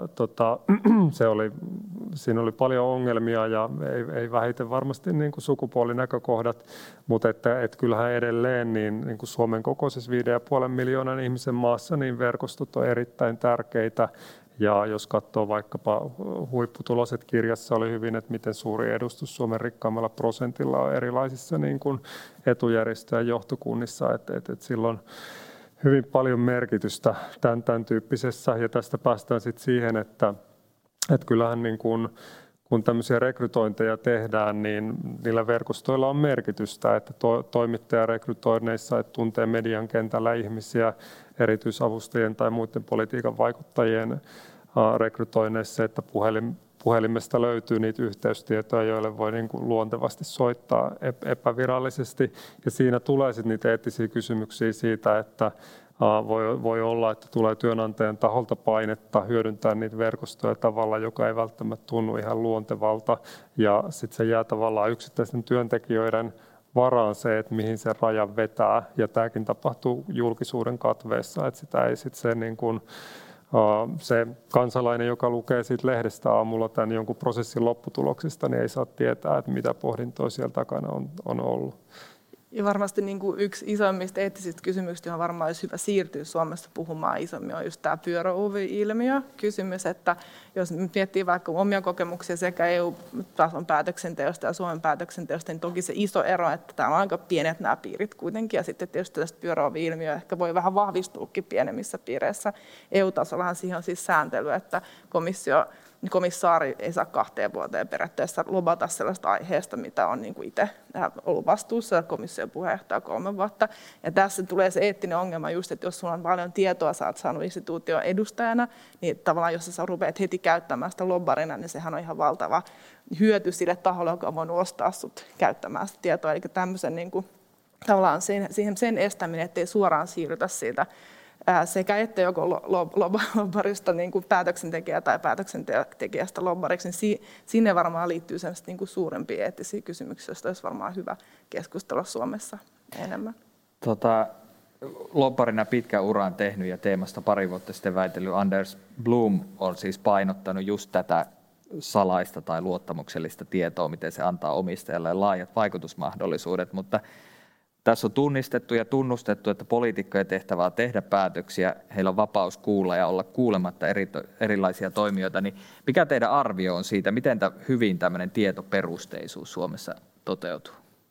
siinä oli paljon ongelmia ja ei vähiten varmasti niin kuin sukupuolinäkökohdat, mutta että kyllähän edelleen niin kuin Suomen kokoisessa 5,5 miljoonan ihmisen maassa niin verkostot on erittäin tärkeitä. Ja jos katsoo vaikkapa Huipputuloset -kirjassa oli hyvin, että miten suuri edustus Suomen rikkaimmalla prosentilla on erilaisissa niin kuin etujärjestöjen johtokunnissa, että silloin hyvin paljon merkitystä tämän tyyppisessä. Ja tästä päästään sitten siihen, että kyllähän niin kun tämmöisiä rekrytointeja tehdään, niin niillä verkostoilla on merkitystä, että toimittajarekrytoinneissa, että tuntee median kentällä ihmisiä, erityisavustajien tai muiden politiikan vaikuttajien rekrytoinneissa, että puhelimesta löytyy niitä yhteystietoja, joille voi niin kuin luontevasti soittaa epävirallisesti. Ja siinä tulee sitten niitä eettisiä kysymyksiä siitä, että voi olla, että tulee työnantajan taholta painetta hyödyntää niitä verkostoja tavalla, joka ei välttämättä tunnu ihan luontevalta. Ja sitten se jää tavallaan yksittäisten työntekijöiden varaan se, että mihin se raja vetää. Ja tämäkin tapahtuu julkisuuden katveessa, että sitä ei sitten se niin kuin se kansalainen, joka lukee siitä lehdestä aamulla tämän jonkun prosessin lopputuloksista, niin ei saa tietää, että mitä pohdintoja siellä takana on ollut. Ja varmasti niin kuin yksi isoimmista eettisistä kysymyksistä, johon varmaan olisi hyvä siirtyä Suomessa puhumaan isommin, on just tämä pyöröovi-ilmiö. Kysymys, että jos miettii vaikka omia kokemuksia sekä EU-tason päätöksenteosta ja Suomen päätöksenteosta, niin toki se iso ero, että täällä on aika pienet nämä piirit kuitenkin, ja sitten tietysti tästä pyöröovi-ilmiö ehkä voi vähän vahvistuukin pienemmissä piireissä. EU-tasollahan siihen on siis sääntely, että komissaari ei saa 2 vuoteen periaatteessa lobata sellaista aiheesta, mitä on niin kuin itse ollut vastuussa, ja komission puheenjohtaja 3 vuotta. Ja tässä tulee se eettinen ongelma just, että jos sulla on paljon tietoa, sä oot saanut instituution edustajana, niin tavallaan jos sä rupeat heti käyttämään sitä lobbarina, niin sehän on ihan valtava hyöty sille taholle, joka on voinut ostaa sut käyttämään sitä tietoa. Eli tämmöisen niin kuin, tavallaan sen estäminen, ettei suoraan siirrytä siitä sekä että joko lobbarista niin kuin päätöksentekijä tai päätöksentekijästä lobbariksi, niin sinne varmaan liittyy niin kuin suurempia eettisiä kysymyksiä, joista olisi varmaan hyvä keskustella Suomessa enemmän. Lobbarina pitkän uran tehnyt ja teemasta pari vuotta sitten väitellyt Anders Blom on siis painottanut just tätä salaista tai luottamuksellista tietoa, miten se antaa omistajalle laajat vaikutusmahdollisuudet, mutta tässä on tunnistettu ja tunnustettu, että poliitikkojen tehtävä on tehdä päätöksiä, heillä on vapaus kuulla ja olla kuulematta erilaisia toimijoita. Niin mikä teidän arvio on siitä, miten hyvin tämmöinen tietoperusteisuus Suomessa toteutuu?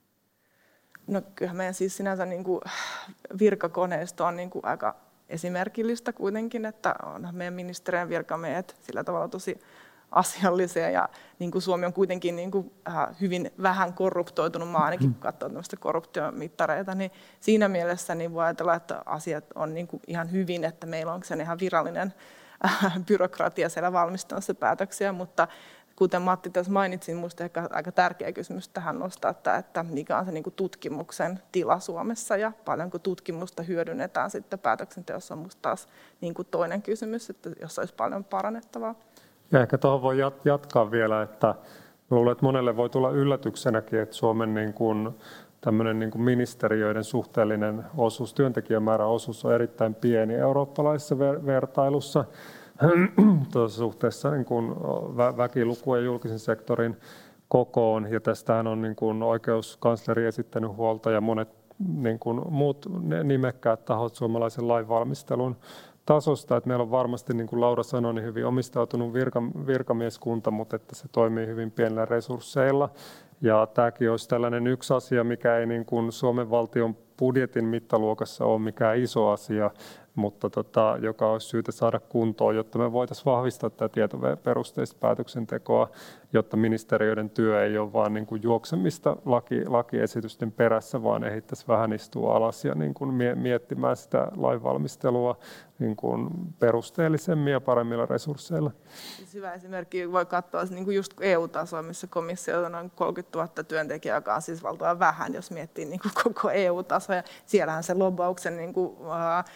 No kyllähän meidän siis sinänsä niin kuin virkakoneisto on niin kuin aika esimerkillistä kuitenkin, että onhan meidän ministerien virkamiehet sillä tavalla tosi asiallisia, ja niin kuin Suomi on kuitenkin niin kuin hyvin vähän korruptoitunut maa, ainakin kun katsoo tämmöistä korruptiomittareita, niin siinä mielessä niin voi ajatella, että asiat on niin kuin ihan hyvin, että meillä on sen ihan virallinen byrokratia siellä valmistamassa päätöksiä, mutta kuten Matti tässä mainitsi, minusta ehkä aika tärkeä kysymys tähän nostaa, että mikä on se niin kuin tutkimuksen tila Suomessa ja paljonko tutkimusta hyödynnetään sitten päätöksenteossa on minusta taas niin kuin toinen kysymys, että jossa olisi paljon parannettavaa. Ja ehkä tuohon voi jatkaa vielä, että luulen, että monelle voi tulla yllätyksenäkin, että Suomen niin kuin tämmöinen niin kuin ministeriöiden suhteellinen osuus, työntekijämäärän osuus on erittäin pieni eurooppalaisessa vertailussa. Tuossa suhteessa niin kuin väkiluku ja julkisen sektorin kokoon. Ja tästähän on niin kuin oikeuskansleri esittänyt huolta ja monet niin kuin muut nimekkäät tahot suomalaisen lainvalmistelun tasosta, että meillä on varmasti, niin kuin Laura sanoi, niin hyvin omistautunut virkamieskunta, mutta että se toimii hyvin pienillä resursseilla. Ja tämäkin olisi tällainen yksi asia, mikä ei niin kuin Suomen valtion budjetin mittaluokassa ole mikään iso asia, mutta joka olisi syytä saada kuntoon, jotta me voitaisiin vahvistaa tätä tietoperusteista päätöksentekoa, jotta ministeriöiden työ ei ole vain niin kuin juoksemista lakiesitysten perässä, vaan ehittäisi vähän istua alas ja niin kuin miettimään sitä lainvalmistelua niin kuin perusteellisemmin ja paremmilla resursseilla. Hyvä esimerkki voi katsoa niin kuin just EU-tasoa, missä komissio on noin 30 000 työntekijää, joka on siis valtavan vähän, jos miettii niin kuin koko EU-tasoa. Siellähän se lobbauksen niin kuin vaikutus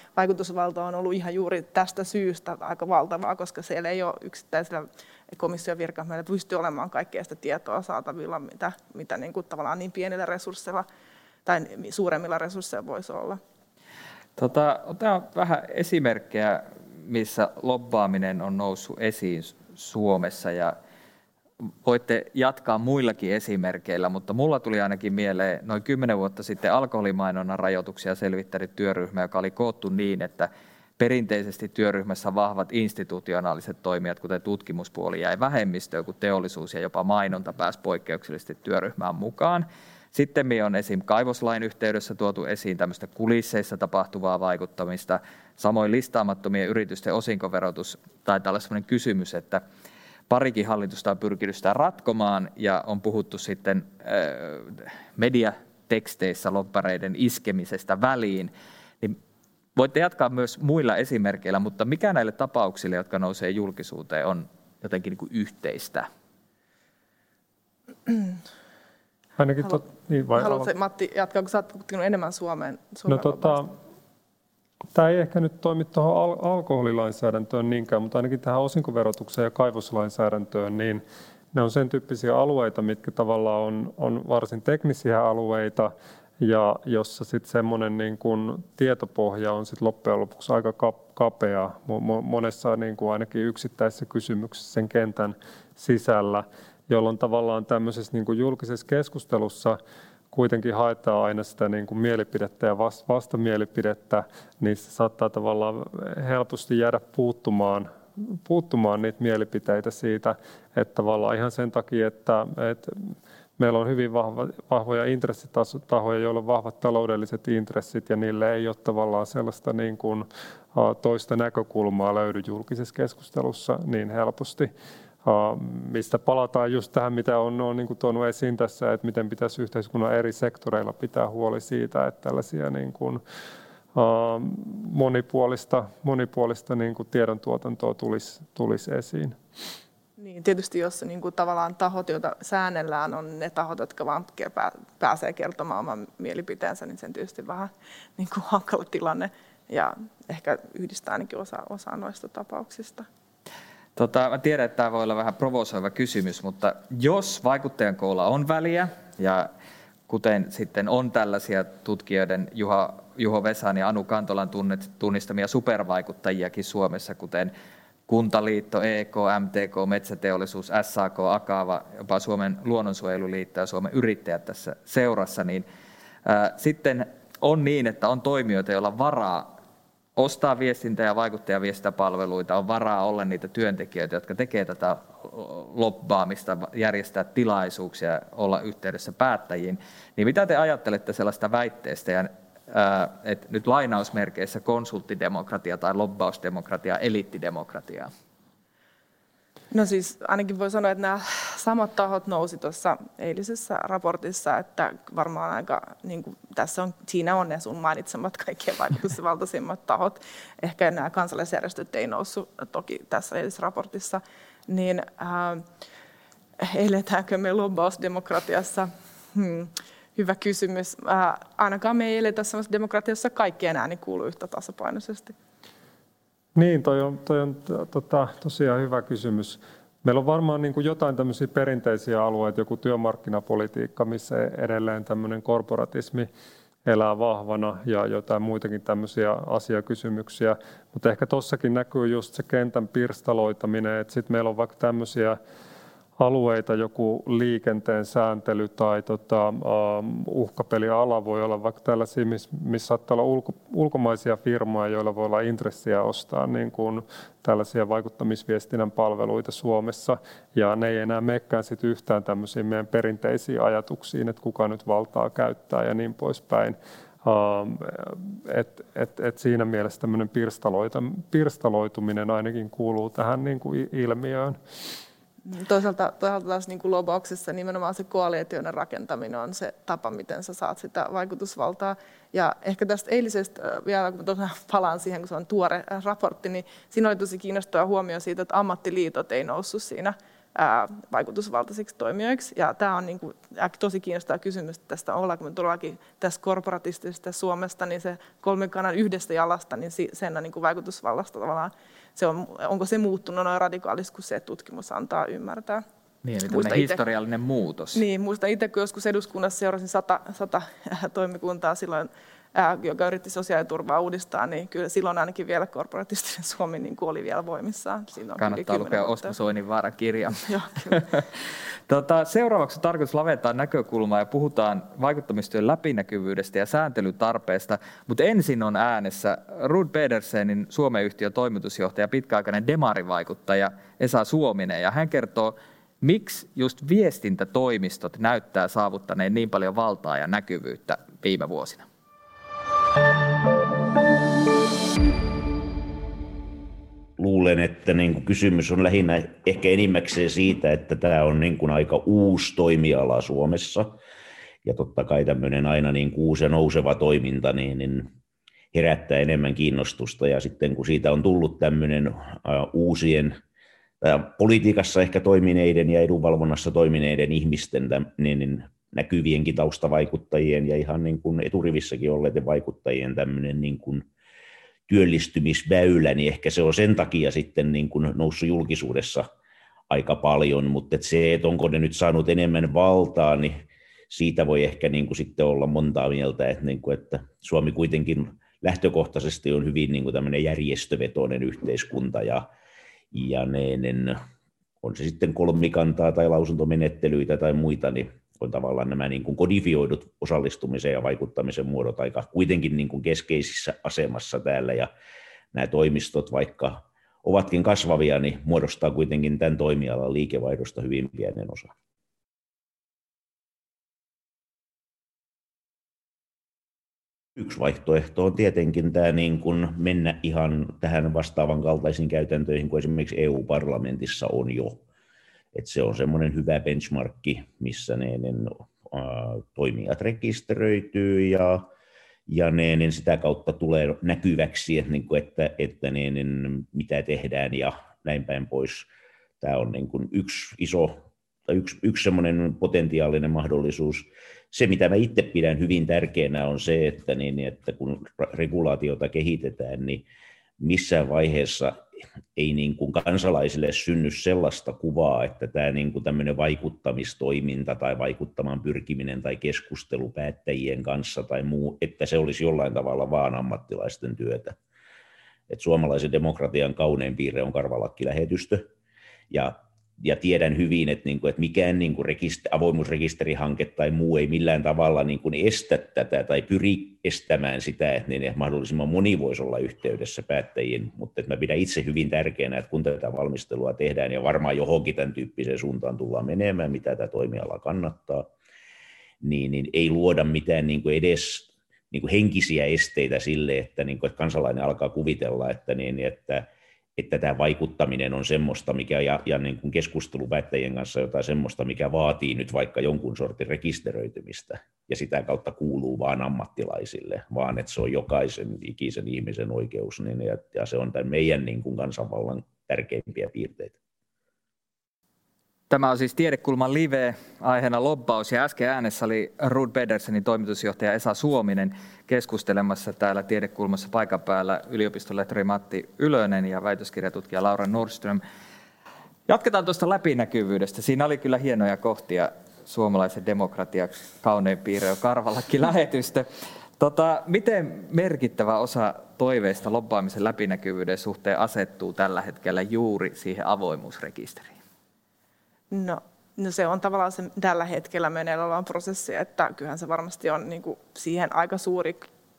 vaikutusvalta on ollut ihan juuri tästä syystä aika valtavaa, koska siellä ei ole yksittäisellä komission virkamiehellä pysty olemaan kaikkea sitä tietoa saatavilla, mitä niin kuin tavallaan niin pienillä resursseilla tai suuremmilla resursseilla voisi olla. Otetaan vähän esimerkkejä, missä lobbaaminen on noussut esiin Suomessa, ja voitte jatkaa muillakin esimerkkeillä, mutta mulla tuli ainakin mieleen noin 10 vuotta sitten alkoholimainonnan rajoituksia selvittänyt työryhmä, joka oli koottu niin, että perinteisesti työryhmässä vahvat institutionaaliset toimijat, kuten tutkimuspuoli, jäi vähemmistöön, kun teollisuus ja jopa mainonta pääsi poikkeuksellisesti työryhmään mukaan. Sitten on esim. Kaivoslain yhteydessä tuotu esiin tämmöistä kulisseissa tapahtuvaa vaikuttamista, samoin listaamattomien yritysten osinkoverotus, taitaa olla sellainen kysymys, että parikin hallitusta on pyrkinyt sitä ratkomaan ja on puhuttu sitten mediateksteissä lobbareiden iskemisestä väliin. Niin voitte jatkaa myös muilla esimerkkeillä, mutta mikä näille tapauksille, jotka nousee julkisuuteen, on jotenkin niin kuin yhteistä? Ainakin haluatko Matti jatkaa, kun sä oot tutkinut enemmän Suomeen tämä ei ehkä nyt toimi tuohon alkoholilainsäädäntöön niinkään, mutta ainakin tähän osinkoverotukseen ja kaivoslainsäädäntöön, niin ne on sen tyyppisiä alueita, mitkä tavallaan on varsin teknisiä alueita, ja jossa sitten semmoinen niin kuin tietopohja on sitten loppujen lopuksi aika kapea monessa niin kuin ainakin yksittäisessä kysymyksessä sen kentän sisällä, jolloin tavallaan tämmöisessä niin kuin julkisessa keskustelussa kuitenkin haetaan aina sitä niin kuin mielipidettä ja vastamielipidettä, niin se saattaa tavallaan helposti jäädä puuttumaan niitä mielipiteitä siitä, että tavallaan ihan sen takia, että meillä on hyvin vahvoja intressitahoja, joilla on vahvat taloudelliset intressit, ja niille ei ole tavallaan sellaista niin kuin toista näkökulmaa löydy julkisessa keskustelussa niin helposti. Mistä palataan just tähän, mitä on niin kuin tuonut esiin tässä, että miten pitäisi yhteiskunnan eri sektoreilla pitää huoli siitä, että tällaisia niin kuin, monipuolista niin kuin tiedontuotantoa tulisi esiin. Niin, tietysti jos niin kuin tavallaan tahot, joita säännellään, on ne tahot, jotka vaan pääsee kertomaan oman mielipiteensä, niin sen tietysti vähän niin kuin hankala tilanne ja ehkä yhdistää ainakin osa noista tapauksista. Mä tiedän, että tämä voi olla vähän provosoiva kysymys, mutta jos vaikuttajan koolla on väliä, ja kuten sitten on tällaisia tutkijoiden Juho Vesan ja Anu Kantolan tunnistamia supervaikuttajiakin Suomessa, kuten Kuntaliitto, EK, MTK, Metsäteollisuus, SAK, Akava, jopa Suomen luonnonsuojeluliitto ja Suomen yrittäjät tässä seurassa, niin sitten on niin, että on toimijoita, joilla on varaa ostaa viestintä- ja vaikuttajaviestintäpalveluita, on varaa olla niitä työntekijöitä, jotka tekevät tätä lobbaamista, järjestää tilaisuuksia, olla yhteydessä päättäjiin. Niin mitä te ajattelette sellaista väitteestä, että nyt lainausmerkeissä konsulttidemokratia tai lobbausdemokratia, eliittidemokratia? No siis ainakin voi sanoa, että nämä samat tahot nousi tuossa eilisessä raportissa, että varmaan aika, niin kuin siinä on ne sun mainitsemat kaikkien vaikutusvaltaisimmat tahot. Ehkä nämä kansalaisjärjestöt ei noussut toki tässä eilisessä raportissa. Niin eletäänkö me lobbausdemokratiassa? Hyvä kysymys. Ainakaan me ei eletä sellaisessa demokratiassa kaikkien ääni kuuluu yhtä tasapainoisesti. Niin, toi on tosiaan hyvä kysymys. Meillä on varmaan niin kuin jotain tämmöisiä perinteisiä alueita, joku työmarkkinapolitiikka, missä edelleen tämmöinen korporatismi elää vahvana ja jotain muitakin tämmöisiä asiakysymyksiä. Mutta ehkä tuossakin näkyy just se kentän pirstaloitaminen, että sitten meillä on vaikka tämmöisiä alueita, joku liikenteen sääntely tai uhkapeliala voi olla vaikka tällaisia, missä saattaa olla ulkomaisia firmoja, joilla voi olla intressiä ostaa niin kuin tällaisia vaikuttamisviestinnän palveluita Suomessa, ja ne ei enää menekään sit yhtään tämmöisiin meidän perinteisiin ajatuksiin, että kuka nyt valtaa käyttää ja niin poispäin. Siinä mielessä tämmöinen pirstaloituminen ainakin kuuluu tähän niin kuin ilmiöön. Toisaalta taas niin kuin lobauksessa nimenomaan se koalitioiden rakentaminen on se tapa, miten sä saat sitä vaikutusvaltaa. Ja ehkä tästä eilisestä vielä, kun palaan siihen, kun se on tuore raportti, niin siinä oli tosi kiinnostava huomio siitä, että ammattiliitot ei noussut siinä vaikutusvaltaisiksi toimijoiksi. Ja tämä on niin kuin tosi kiinnostava kysymys, että tästä ollaanko me todellakin tässä korporatistisesta Suomesta, niin se kolmikannan yhdestä jalasta, niin sen niin kuin vaikutusvallasta tavallaan, onko se muuttunut noin radikaalisesti, kun se tutkimus antaa ymmärtää. Niin, eli tämmöinen historiallinen muutos. Niin, muistan itse, kun joskus eduskunnassa seurasin 100 toimikuntaa silloin, joka yritti sosiaaliturvaa uudistaa, niin kyllä silloin ainakin vielä korporatistinen Suomi niin oli vielä voimissaan. Kannattaa lukea Osmo Soininvaaran kirja. Joo, seuraavaksi on tarkoitus laventaa näkökulmaa ja puhutaan vaikuttamistyön läpinäkyvyydestä ja sääntelytarpeesta, mutta ensin on äänessä Rud Pedersenin Suomen-yhtiön toimitusjohtaja, pitkäaikainen demarivaikuttaja Esa Suominen, ja hän kertoo, miksi just viestintätoimistot näyttää saavuttaneen niin paljon valtaa ja näkyvyyttä viime vuosina. Luulen, että kysymys on lähinnä ehkä enimmäkseen siitä, että tämä on aika uusi toimiala Suomessa. Ja totta kai tämmöinen aina uusi ja nouseva toiminta niin herättää enemmän kiinnostusta. Ja sitten kun siitä on tullut tämmöinen uusien politiikassa ehkä toimineiden ja edunvalvonnassa toimineiden ihmisten niin näkyvienkin taustavaikuttajien ja ihan eturivissäkin olleiden vaikuttajien tämmöinen työllistymisväylä, niin ehkä se on sen takia sitten noussut julkisuudessa aika paljon, mutta se, että onko ne nyt saanut enemmän valtaa, niin siitä voi ehkä sitten olla montaa mieltä, että Suomi kuitenkin lähtökohtaisesti on hyvin tämmöinen järjestövetoinen yhteiskunta ja on se sitten kolmikantaa tai lausuntomenettelyitä tai muita, niin on tavallaan nämä kodifioidut osallistumisen ja vaikuttamisen muodot aika kuitenkin keskeisissä asemassa täällä, ja nämä toimistot, vaikka ovatkin kasvavia, niin muodostaa kuitenkin tämän toimialan liikevaihdosta hyvin pienen osa. Yksi vaihtoehto on tietenkin tämä mennä ihan tähän vastaavan kaltaisiin käytäntöihin kuin esimerkiksi EU-parlamentissa on jo. Että se on semmoinen hyvä benchmarkki, missä ne toimijat rekisteröityy ja ne sitä kautta tulee näkyväksi, että mitä tehdään ja näin päin pois. Tämä on yksi iso tai yksi semmoinen potentiaalinen mahdollisuus. Se, mitä mä itse pidän hyvin tärkeänä, on se, että kun regulaatiota kehitetään, niin missään vaiheessa ei kansalaisille synny sellaista kuvaa, että tämä tämmöinen vaikuttamistoiminta tai vaikuttamaan pyrkiminen tai keskustelu päättäjien kanssa tai muu, että se olisi jollain tavalla vaan ammattilaisten työtä. Et suomalaisen demokratian kaunein piirre on karvalakkilähetystö, ja tiedän hyvin, että mikään avoimuusrekisterihanke tai muu ei millään tavalla estä tätä tai pyri estämään sitä, että mahdollisimman moni voisi olla yhteydessä päättäjiin, mutta mä pidän itse hyvin tärkeänä, että kun tätä valmistelua tehdään ja varmaan johonkin tämän tyyppiseen suuntaan tullaan menemään, mitä tämä toimiala kannattaa, niin ei luoda mitään edes henkisiä esteitä sille, että kansalainen alkaa kuvitella, että tämä vaikuttaminen on semmoista, mikä, ja keskustelu päättäjien kanssa jotain semmoista, mikä vaatii nyt vaikka jonkun sortin rekisteröitymistä, ja sitä kautta kuuluu vaan ammattilaisille, vaan että se on jokaisen ikisen ihmisen oikeus, ja se on tämän meidän kansanvallan tärkeimpiä piirteitä. Tämä on siis Tiedekulman live, aiheena lobbaus, ja äsken äänessä oli Rud Pedersenin toimitusjohtaja Esa Suominen keskustelemassa täällä Tiedekulmassa paikan päällä yliopistolehtori Matti Ylönen ja väitöskirjatutkija Laura Nordström. Jatketaan tuosta läpinäkyvyydestä. Siinä oli kyllä hienoja kohtia suomalaisen demokratian kaunein piirre on karvalakkilähetystö. Miten merkittävä osa toiveista lobbaamisen läpinäkyvyyden suhteen asettuu tällä hetkellä juuri siihen avoimuusrekisteriin? No se on tavallaan se tällä hetkellä meneillään oleva prosessi, että kyllähän se varmasti on siihen aika suuri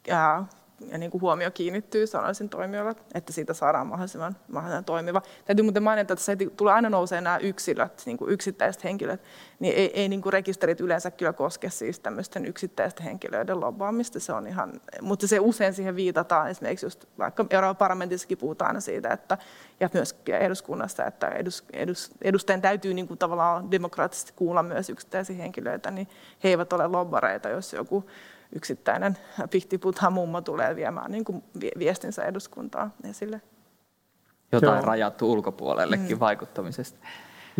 huomio kiinnittyy, sanoisin toimijoilla, että siitä saadaan mahdollisimman toimiva. Täytyy muuten mainita, että tulee aina nousee nämä yksilöt, yksittäiset henkilöt, niin ei rekisterit yleensä kyllä koske siis tämmöisten yksittäisten henkilöiden lobbaamista, se on ihan, mutta se usein siihen viitataan, esimerkiksi just vaikka Euroopan parlamentissakin puhutaan aina siitä, että, ja myös eduskunnassa, että edustajien täytyy tavallaan demokraattisesti kuulla myös yksittäisiä henkilöitä, niin he eivät ole lobbareita, jos joku yksittäinen pihtiputha mummo tulee viemään viestinsä eduskuntaa esille. Jotain rajattu ulkopuolellekin vaikuttamisesta.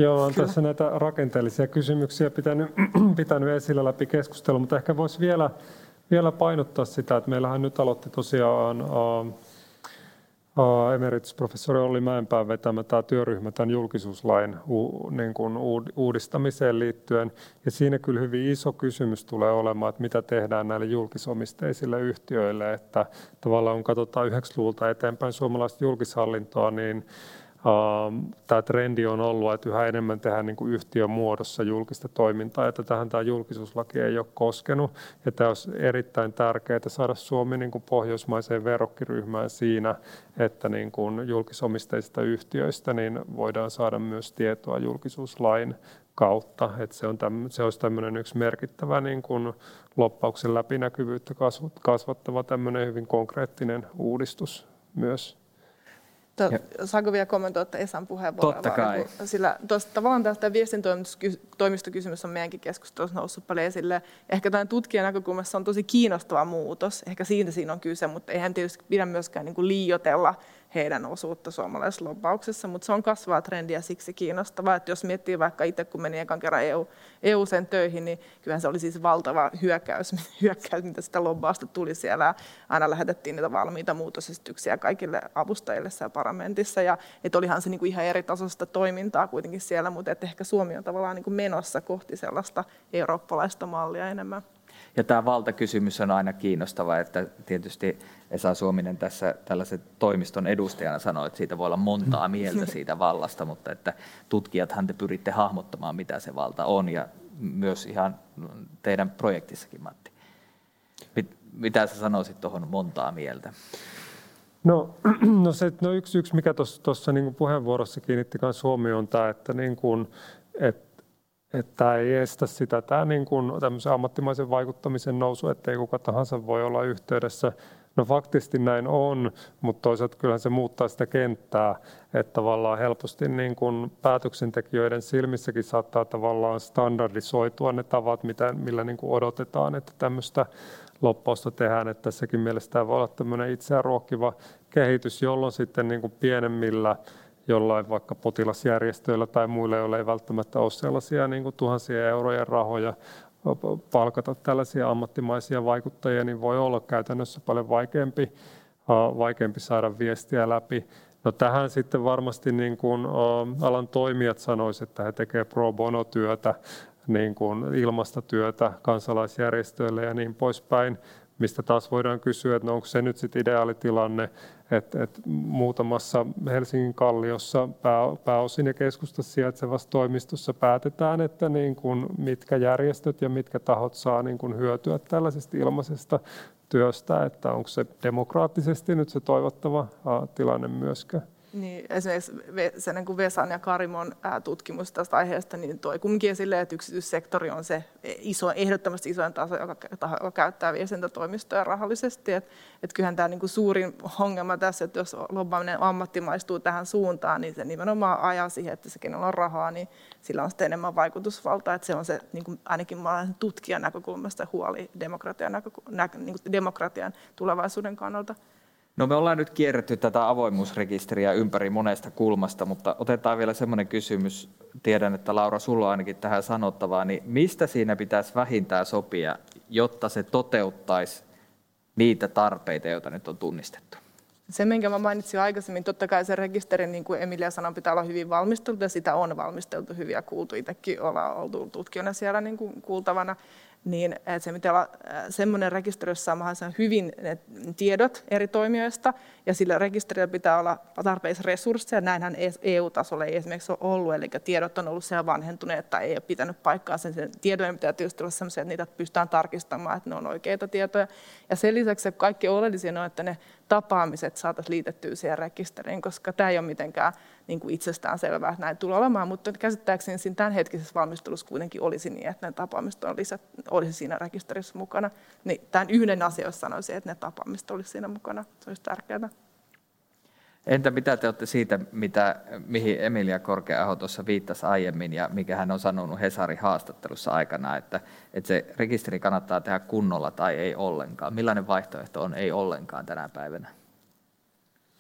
Joo, on tässä näitä rakenteellisia kysymyksiä pitänyt esillä läpi keskustelua, mutta ehkä voisi vielä painottaa sitä, että meillähän nyt aloitti tosiaan emeritusprofessori Olli Mäenpään vetämä tämä työryhmä tämän julkisuuslain uudistamiseen liittyen. Ja siinä kyllä hyvin iso kysymys tulee olemaan, että mitä tehdään näille julkisomisteisille yhtiöille. Että tavallaan kun katsotaan 90-luvulta eteenpäin suomalaista julkishallintoa, niin tämä trendi on ollut, että yhä enemmän tehdään niin kuin yhtiön muodossa julkista toimintaa, että tähän tämä julkisuuslaki ei ole koskenut. Ja tämä olisi erittäin tärkeää saada Suomi niin kuin pohjoismaiseen verrokkiryhmään siinä, että niin kuin julkisomisteisista yhtiöistä niin voidaan saada myös tietoa julkisuuslain kautta. Että se olisi tämmöinen yksi merkittävä niin kuin lobbauksen läpinäkyvyyttä kasvattava tämmöinen hyvin konkreettinen uudistus myös. Saanko vielä kommentoida Esan puheenvuoroa? Totta kai. Sillä tavallaan tästä viestintätoimistokysymys on meidänkin keskustelussa noussut paljon esille. Ehkä tämän tutkijan näkökulmassa on tosi kiinnostava muutos. Ehkä siinä on kyse, mutta eihän tietysti pidä myöskään niin kuin liioitella heidän osuutta suomalaisessa lobbauksessa, mutta se on kasvava trendi ja siksi kiinnostavaa, että jos miettii vaikka itse, kun meni ekan kerran EU-sen töihin, niin kyllähän se oli siis valtava hyökkäys mitä sitä lobbausta tuli siellä. Aina lähetettiin niitä valmiita muutosesityksiä kaikille avustajille siellä parlamentissa, ja että olihan se niin kuin ihan eri tasoista toimintaa kuitenkin siellä, mutta että ehkä Suomi on tavallaan niin kuin menossa kohti sellaista eurooppalaista mallia enemmän. Ja tämä valtakysymys on aina kiinnostava, että tietysti Esa Suominen tässä tällaisen toimiston edustajana sanoi, että siitä voi olla montaa mieltä siitä vallasta, mutta että tutkijathan te pyritte hahmottamaan, mitä se valta on, ja myös ihan teidän projektissakin, Matti. Mitä sä sanoisit tuohon montaa mieltä? No yksi mikä tuossa niin puheenvuorossa kiinnitti myös huomioon, on tämä, että että ei estä sitä tämä niin kuin tämmöisen ammattimaisen vaikuttamisen nousu, ettei kuka tahansa voi olla yhteydessä. No faktisesti näin on, mutta toisaalta kyllähän se muuttaa sitä kenttää, että tavallaan helposti niin kuin päätöksentekijöiden silmissäkin saattaa tavallaan standardisoitua ne tavat, millä niin kuin odotetaan, että tämmöistä lobbausta tehdään. Että tässäkin mielessä tämä voi olla tämmöinen itseään ruokkiva kehitys, jolloin sitten niin kuin pienemmillä jollain vaikka potilasjärjestöillä tai muilla, joilla ei välttämättä ole sellaisia niin kuin tuhansia eurojen rahoja palkata tällaisia ammattimaisia vaikuttajia, niin voi olla käytännössä paljon vaikeampi saada viestiä läpi. No tähän sitten varmasti niin kuin alan toimijat sanoisivat, että he tekevät pro bono-työtä, niin kuin ilmaista työtä kansalaisjärjestöille ja niin poispäin, mistä taas voidaan kysyä, että onko se nyt sitten ideaalitilanne, että muutamassa Helsingin Kalliossa pääosin ja keskustassa sijaitsevassa toimistossa päätetään, että niin kuin mitkä järjestöt ja mitkä tahot saa niin kuin hyötyä tällaisesta ilmaisesta työstä, että onko se demokraattisesti nyt se toivottava tilanne myöskään. Niin, esimerkiksi se niin kuin Vesan ja Karimon tutkimus tästä aiheesta niin toi kumminkin esille, että yksityissektori on se ehdottomasti isoin taso, joka käyttää viestintätoimistoja rahallisesti. Että kyllähän tämä niin kuin suurin ongelma tässä, että jos lobbaaminen ammattimaistuu tähän suuntaan, niin se nimenomaan ajaa siihen, että se kenellä on rahaa, niin sillä on sitten enemmän vaikutusvaltaa. Että se on se niin kuin ainakin tutkijan näkökulmasta huoli demokratian tulevaisuuden kannalta. No me ollaan nyt kierretty tätä avoimuusrekisteriä ympäri monesta kulmasta, mutta otetaan vielä semmoinen kysymys. Tiedän, että Laura, sulla on ainakin tähän sanottavaa, niin mistä siinä pitäisi vähintään sopia, jotta se toteuttaisi niitä tarpeita, joita nyt on tunnistettu? Se, minkä mä mainitsin aikaisemmin, totta kai se rekisteri, niin kuin Emilia sanoi, pitää olla hyvin valmisteltu, ja sitä on valmisteltu hyvin ja kuultu. Itsekin ollaan oltu tutkijana siellä niin kuin kuultavana. Niin se pitää olla semmoinen rekisteri, jossa on mahdollisimman hyvin ne tiedot eri toimijoista, ja sillä rekisterillä pitää olla tarpeeksi resursseja. Näinhän EU-tasolla ei esimerkiksi ole ollut, eli tiedot on ollut siellä vanhentuneet tai ei ole pitänyt paikkaa. Sen tiedojen pitää tietysti olla sellaisia, että niitä pystytään tarkistamaan, että ne on oikeita tietoja. Ja sen lisäksi se kaikki oleellisin on, että ne tapaamiset saataisiin liitettyä siihen rekisteriin, koska tämä ei ole mitenkään niin kuin itsestään selvää, että näin tulee olemaan, mutta käsittääkseni siinä tämänhetkisessä valmistelussa kuitenkin olisi niin, että ne tapaamiset olisi siinä rekisterissä mukana. Niin tämän yhden asian, jos sanoisin, että ne tapaamiset olisi siinä mukana, se olisi tärkeää. Entä mitä te olette siitä, mihin Emilia Korkea-Aho tuossa viittasi aiemmin ja mikä hän on sanonut Hesarin haastattelussa aikana, että se rekisteri kannattaa tehdä kunnolla tai ei ollenkaan. Millainen vaihtoehto on ei ollenkaan tänä päivänä?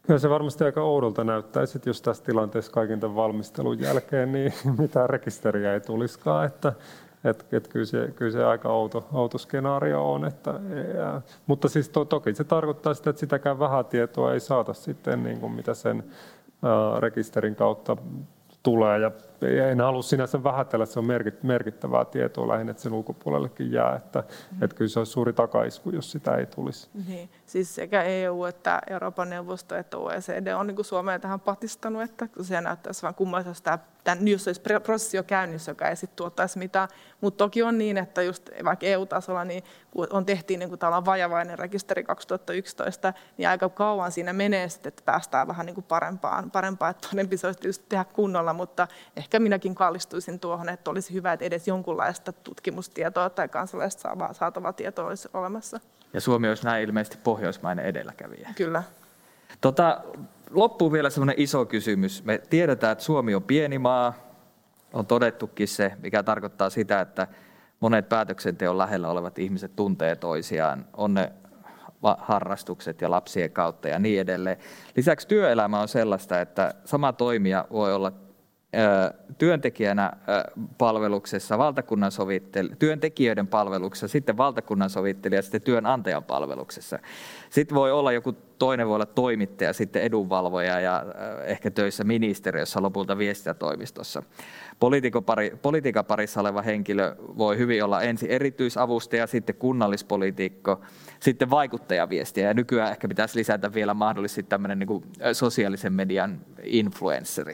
Kyllä se varmasti aika oudolta näyttäisi, että jos tässä tilanteessa kaiken tämän valmistelun jälkeen niin mitään rekisteriä ei tulisikaan. Että kyllä se aika outo skenaario on. Mutta siis toki se tarkoittaa sitä, että sitäkään vähän tietoa ei saata sitten, niin kuin mitä sen rekisterin kautta tulee. Ja en halua sinänsä vähätellä, että se on merkittävää tietoa lähinnä, että sen ulkopuolellekin jää. Että kyllä se olisi suuri takaisku, jos sitä ei tulisi. Niin. Siis sekä EU että Euroopan neuvosto että OECD on niin kuin Suomea tähän patistanut, että se näyttäisi vain kummallisesta, jos olisi prosessi jo käynnissä, joka ei sitten tuottaisi mitään. Mutta toki on niin, että just vaikka EU-tasolla niin on tehtiin niin kuin vajavainen rekisteri 2011, niin aika kauan siinä menee sitten, että päästään vähän niin kuin parempaan, että parempi se olisi tietysti tehdä kunnolla, mutta ehkä minäkin kallistuisin tuohon, että olisi hyvä, että edes jonkunlaista tutkimustietoa tai kansalaisesta saatavaa tietoa olisi olemassa. Ja Suomi olisi näin ilmeisesti pohjoismainen edelläkävijä. Kyllä. Loppuun vielä semmoinen iso kysymys. Me tiedetään, että Suomi on pieni maa, on todettukin se, mikä tarkoittaa sitä, että monet päätöksenteon lähellä olevat ihmiset tuntee toisiaan, on ne harrastukset ja lapsien kautta ja niin edelleen. Lisäksi työelämä on sellaista, että sama toimija voi olla työntekijänä palveluksessa, työntekijöiden palveluksessa, sitten valtakunnansovittelija ja sitten työnantajan palveluksessa. Sitten voi olla joku toinen voi olla toimittaja, sitten edunvalvoja ja ehkä töissä ministeriössä, lopulta viestintätoimistossa. Politiikan parissa oleva henkilö voi hyvin olla ensin erityisavustaja, sitten kunnallispoliitikko, sitten vaikuttajaviestiä ja nykyään ehkä pitäisi lisätä vielä mahdollisesti tämmöinen niin kuin sosiaalisen median influenssari.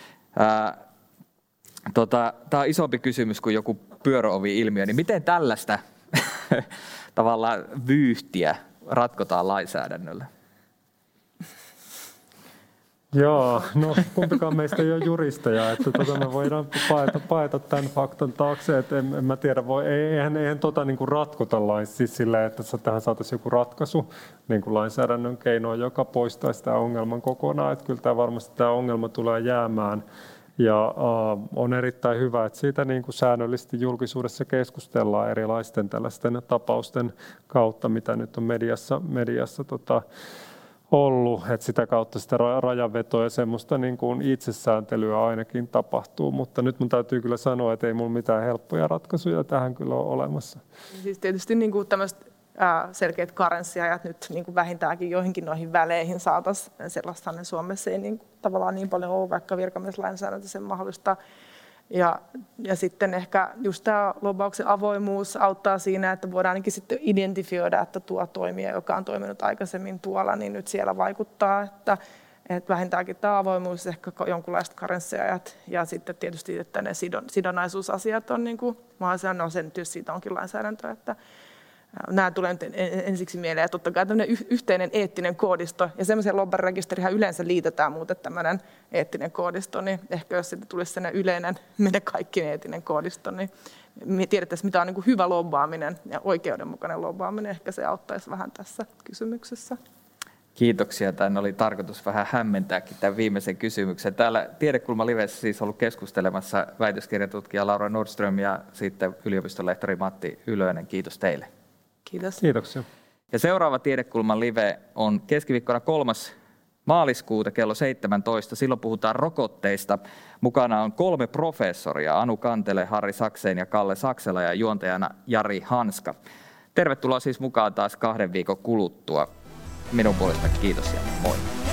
Tämä on isompi kysymys kuin joku pyöröovi-ilmiö, niin miten tällaista tavallaan vyyhtiä ratkotaan lainsäädännöllä? Joo, no kumpikaan meistä ei ole juristeja, että me voidaan paeta tämän faktan taakse, että en mä tiedä, eihän niin kuin ratkota lain siis sillä, että tähän saataisiin joku ratkaisu niin kuin lainsäädännön keinoin, joka poistaisi tämän ongelman kokonaan, että kyllä tämä varmasti tämä ongelma tulee jäämään. Ja on erittäin hyvä, että siitä niin kuin säännöllisesti julkisuudessa keskustellaan erilaisten tällaisten tapausten kautta, mitä nyt on mediassa ollut, että sitä kautta sitä rajanvetoa ja semmoista niin kuin itsesääntelyä ainakin tapahtuu, mutta nyt mun täytyy kyllä sanoa, että ei mulla mitään helppoja ratkaisuja tähän kyllä ole olemassa. Siis tietysti niin kuin tämmöiset selkeät karenssiajat nyt niin kuin vähintäänkin joihinkin noihin väleihin saataisiin sellaista, Suomessa ei niin kuin, tavallaan niin paljon ole, vaikka virkamieslainsäädäntö sen mahdollista. Ja sitten ehkä just tämä lobauksen avoimuus auttaa siinä, että voidaan ainakin sitten identifioida, että tuo toimija, joka on toiminut aikaisemmin tuolla, niin nyt siellä vaikuttaa, että vähintäänkin tämä avoimuus, ehkä jonkunlaiset karenssiajat ja sitten tietysti, että ne sidonnaisuusasiat on niin kuin mahdollisia, no sen tietysti siitä onkin lainsäädäntö, että nämä tulee ensiksi mieleen, ja totta kai tämmöinen yhteinen eettinen koodisto, ja semmoisen lobbarirekisterihän yleensä liitetään muuten tämmöinen eettinen koodisto, niin ehkä jos sitten tulisi sellainen yleinen, meidän kaikkien eettinen koodisto, niin me tiedettäisiin, mitä on niin kuin hyvä lobbaaminen ja oikeudenmukainen lobbaaminen, ehkä se auttaisi vähän tässä kysymyksessä. Kiitoksia. Tämän oli tarkoitus vähän hämmentääkin tämän viimeisen kysymyksen. Täällä Tiedekulma Livessä siis ollut keskustelemassa väitöskirjatutkija Laura Nordström ja sitten yliopistolehtori Matti Ylönen. Kiitos teille. Kiitos. Kiitoksia. Ja seuraava Tiedekulman live on keskiviikkona 3. maaliskuuta kello 17. Silloin puhutaan rokotteista. Mukana on 3 professoria, Anu Kantele, Harri Sakseen ja Kalle Saksela ja juontajana Jari Hanska. Tervetuloa siis mukaan taas 2 viikon kuluttua. Minun puolesta kiitos ja moi.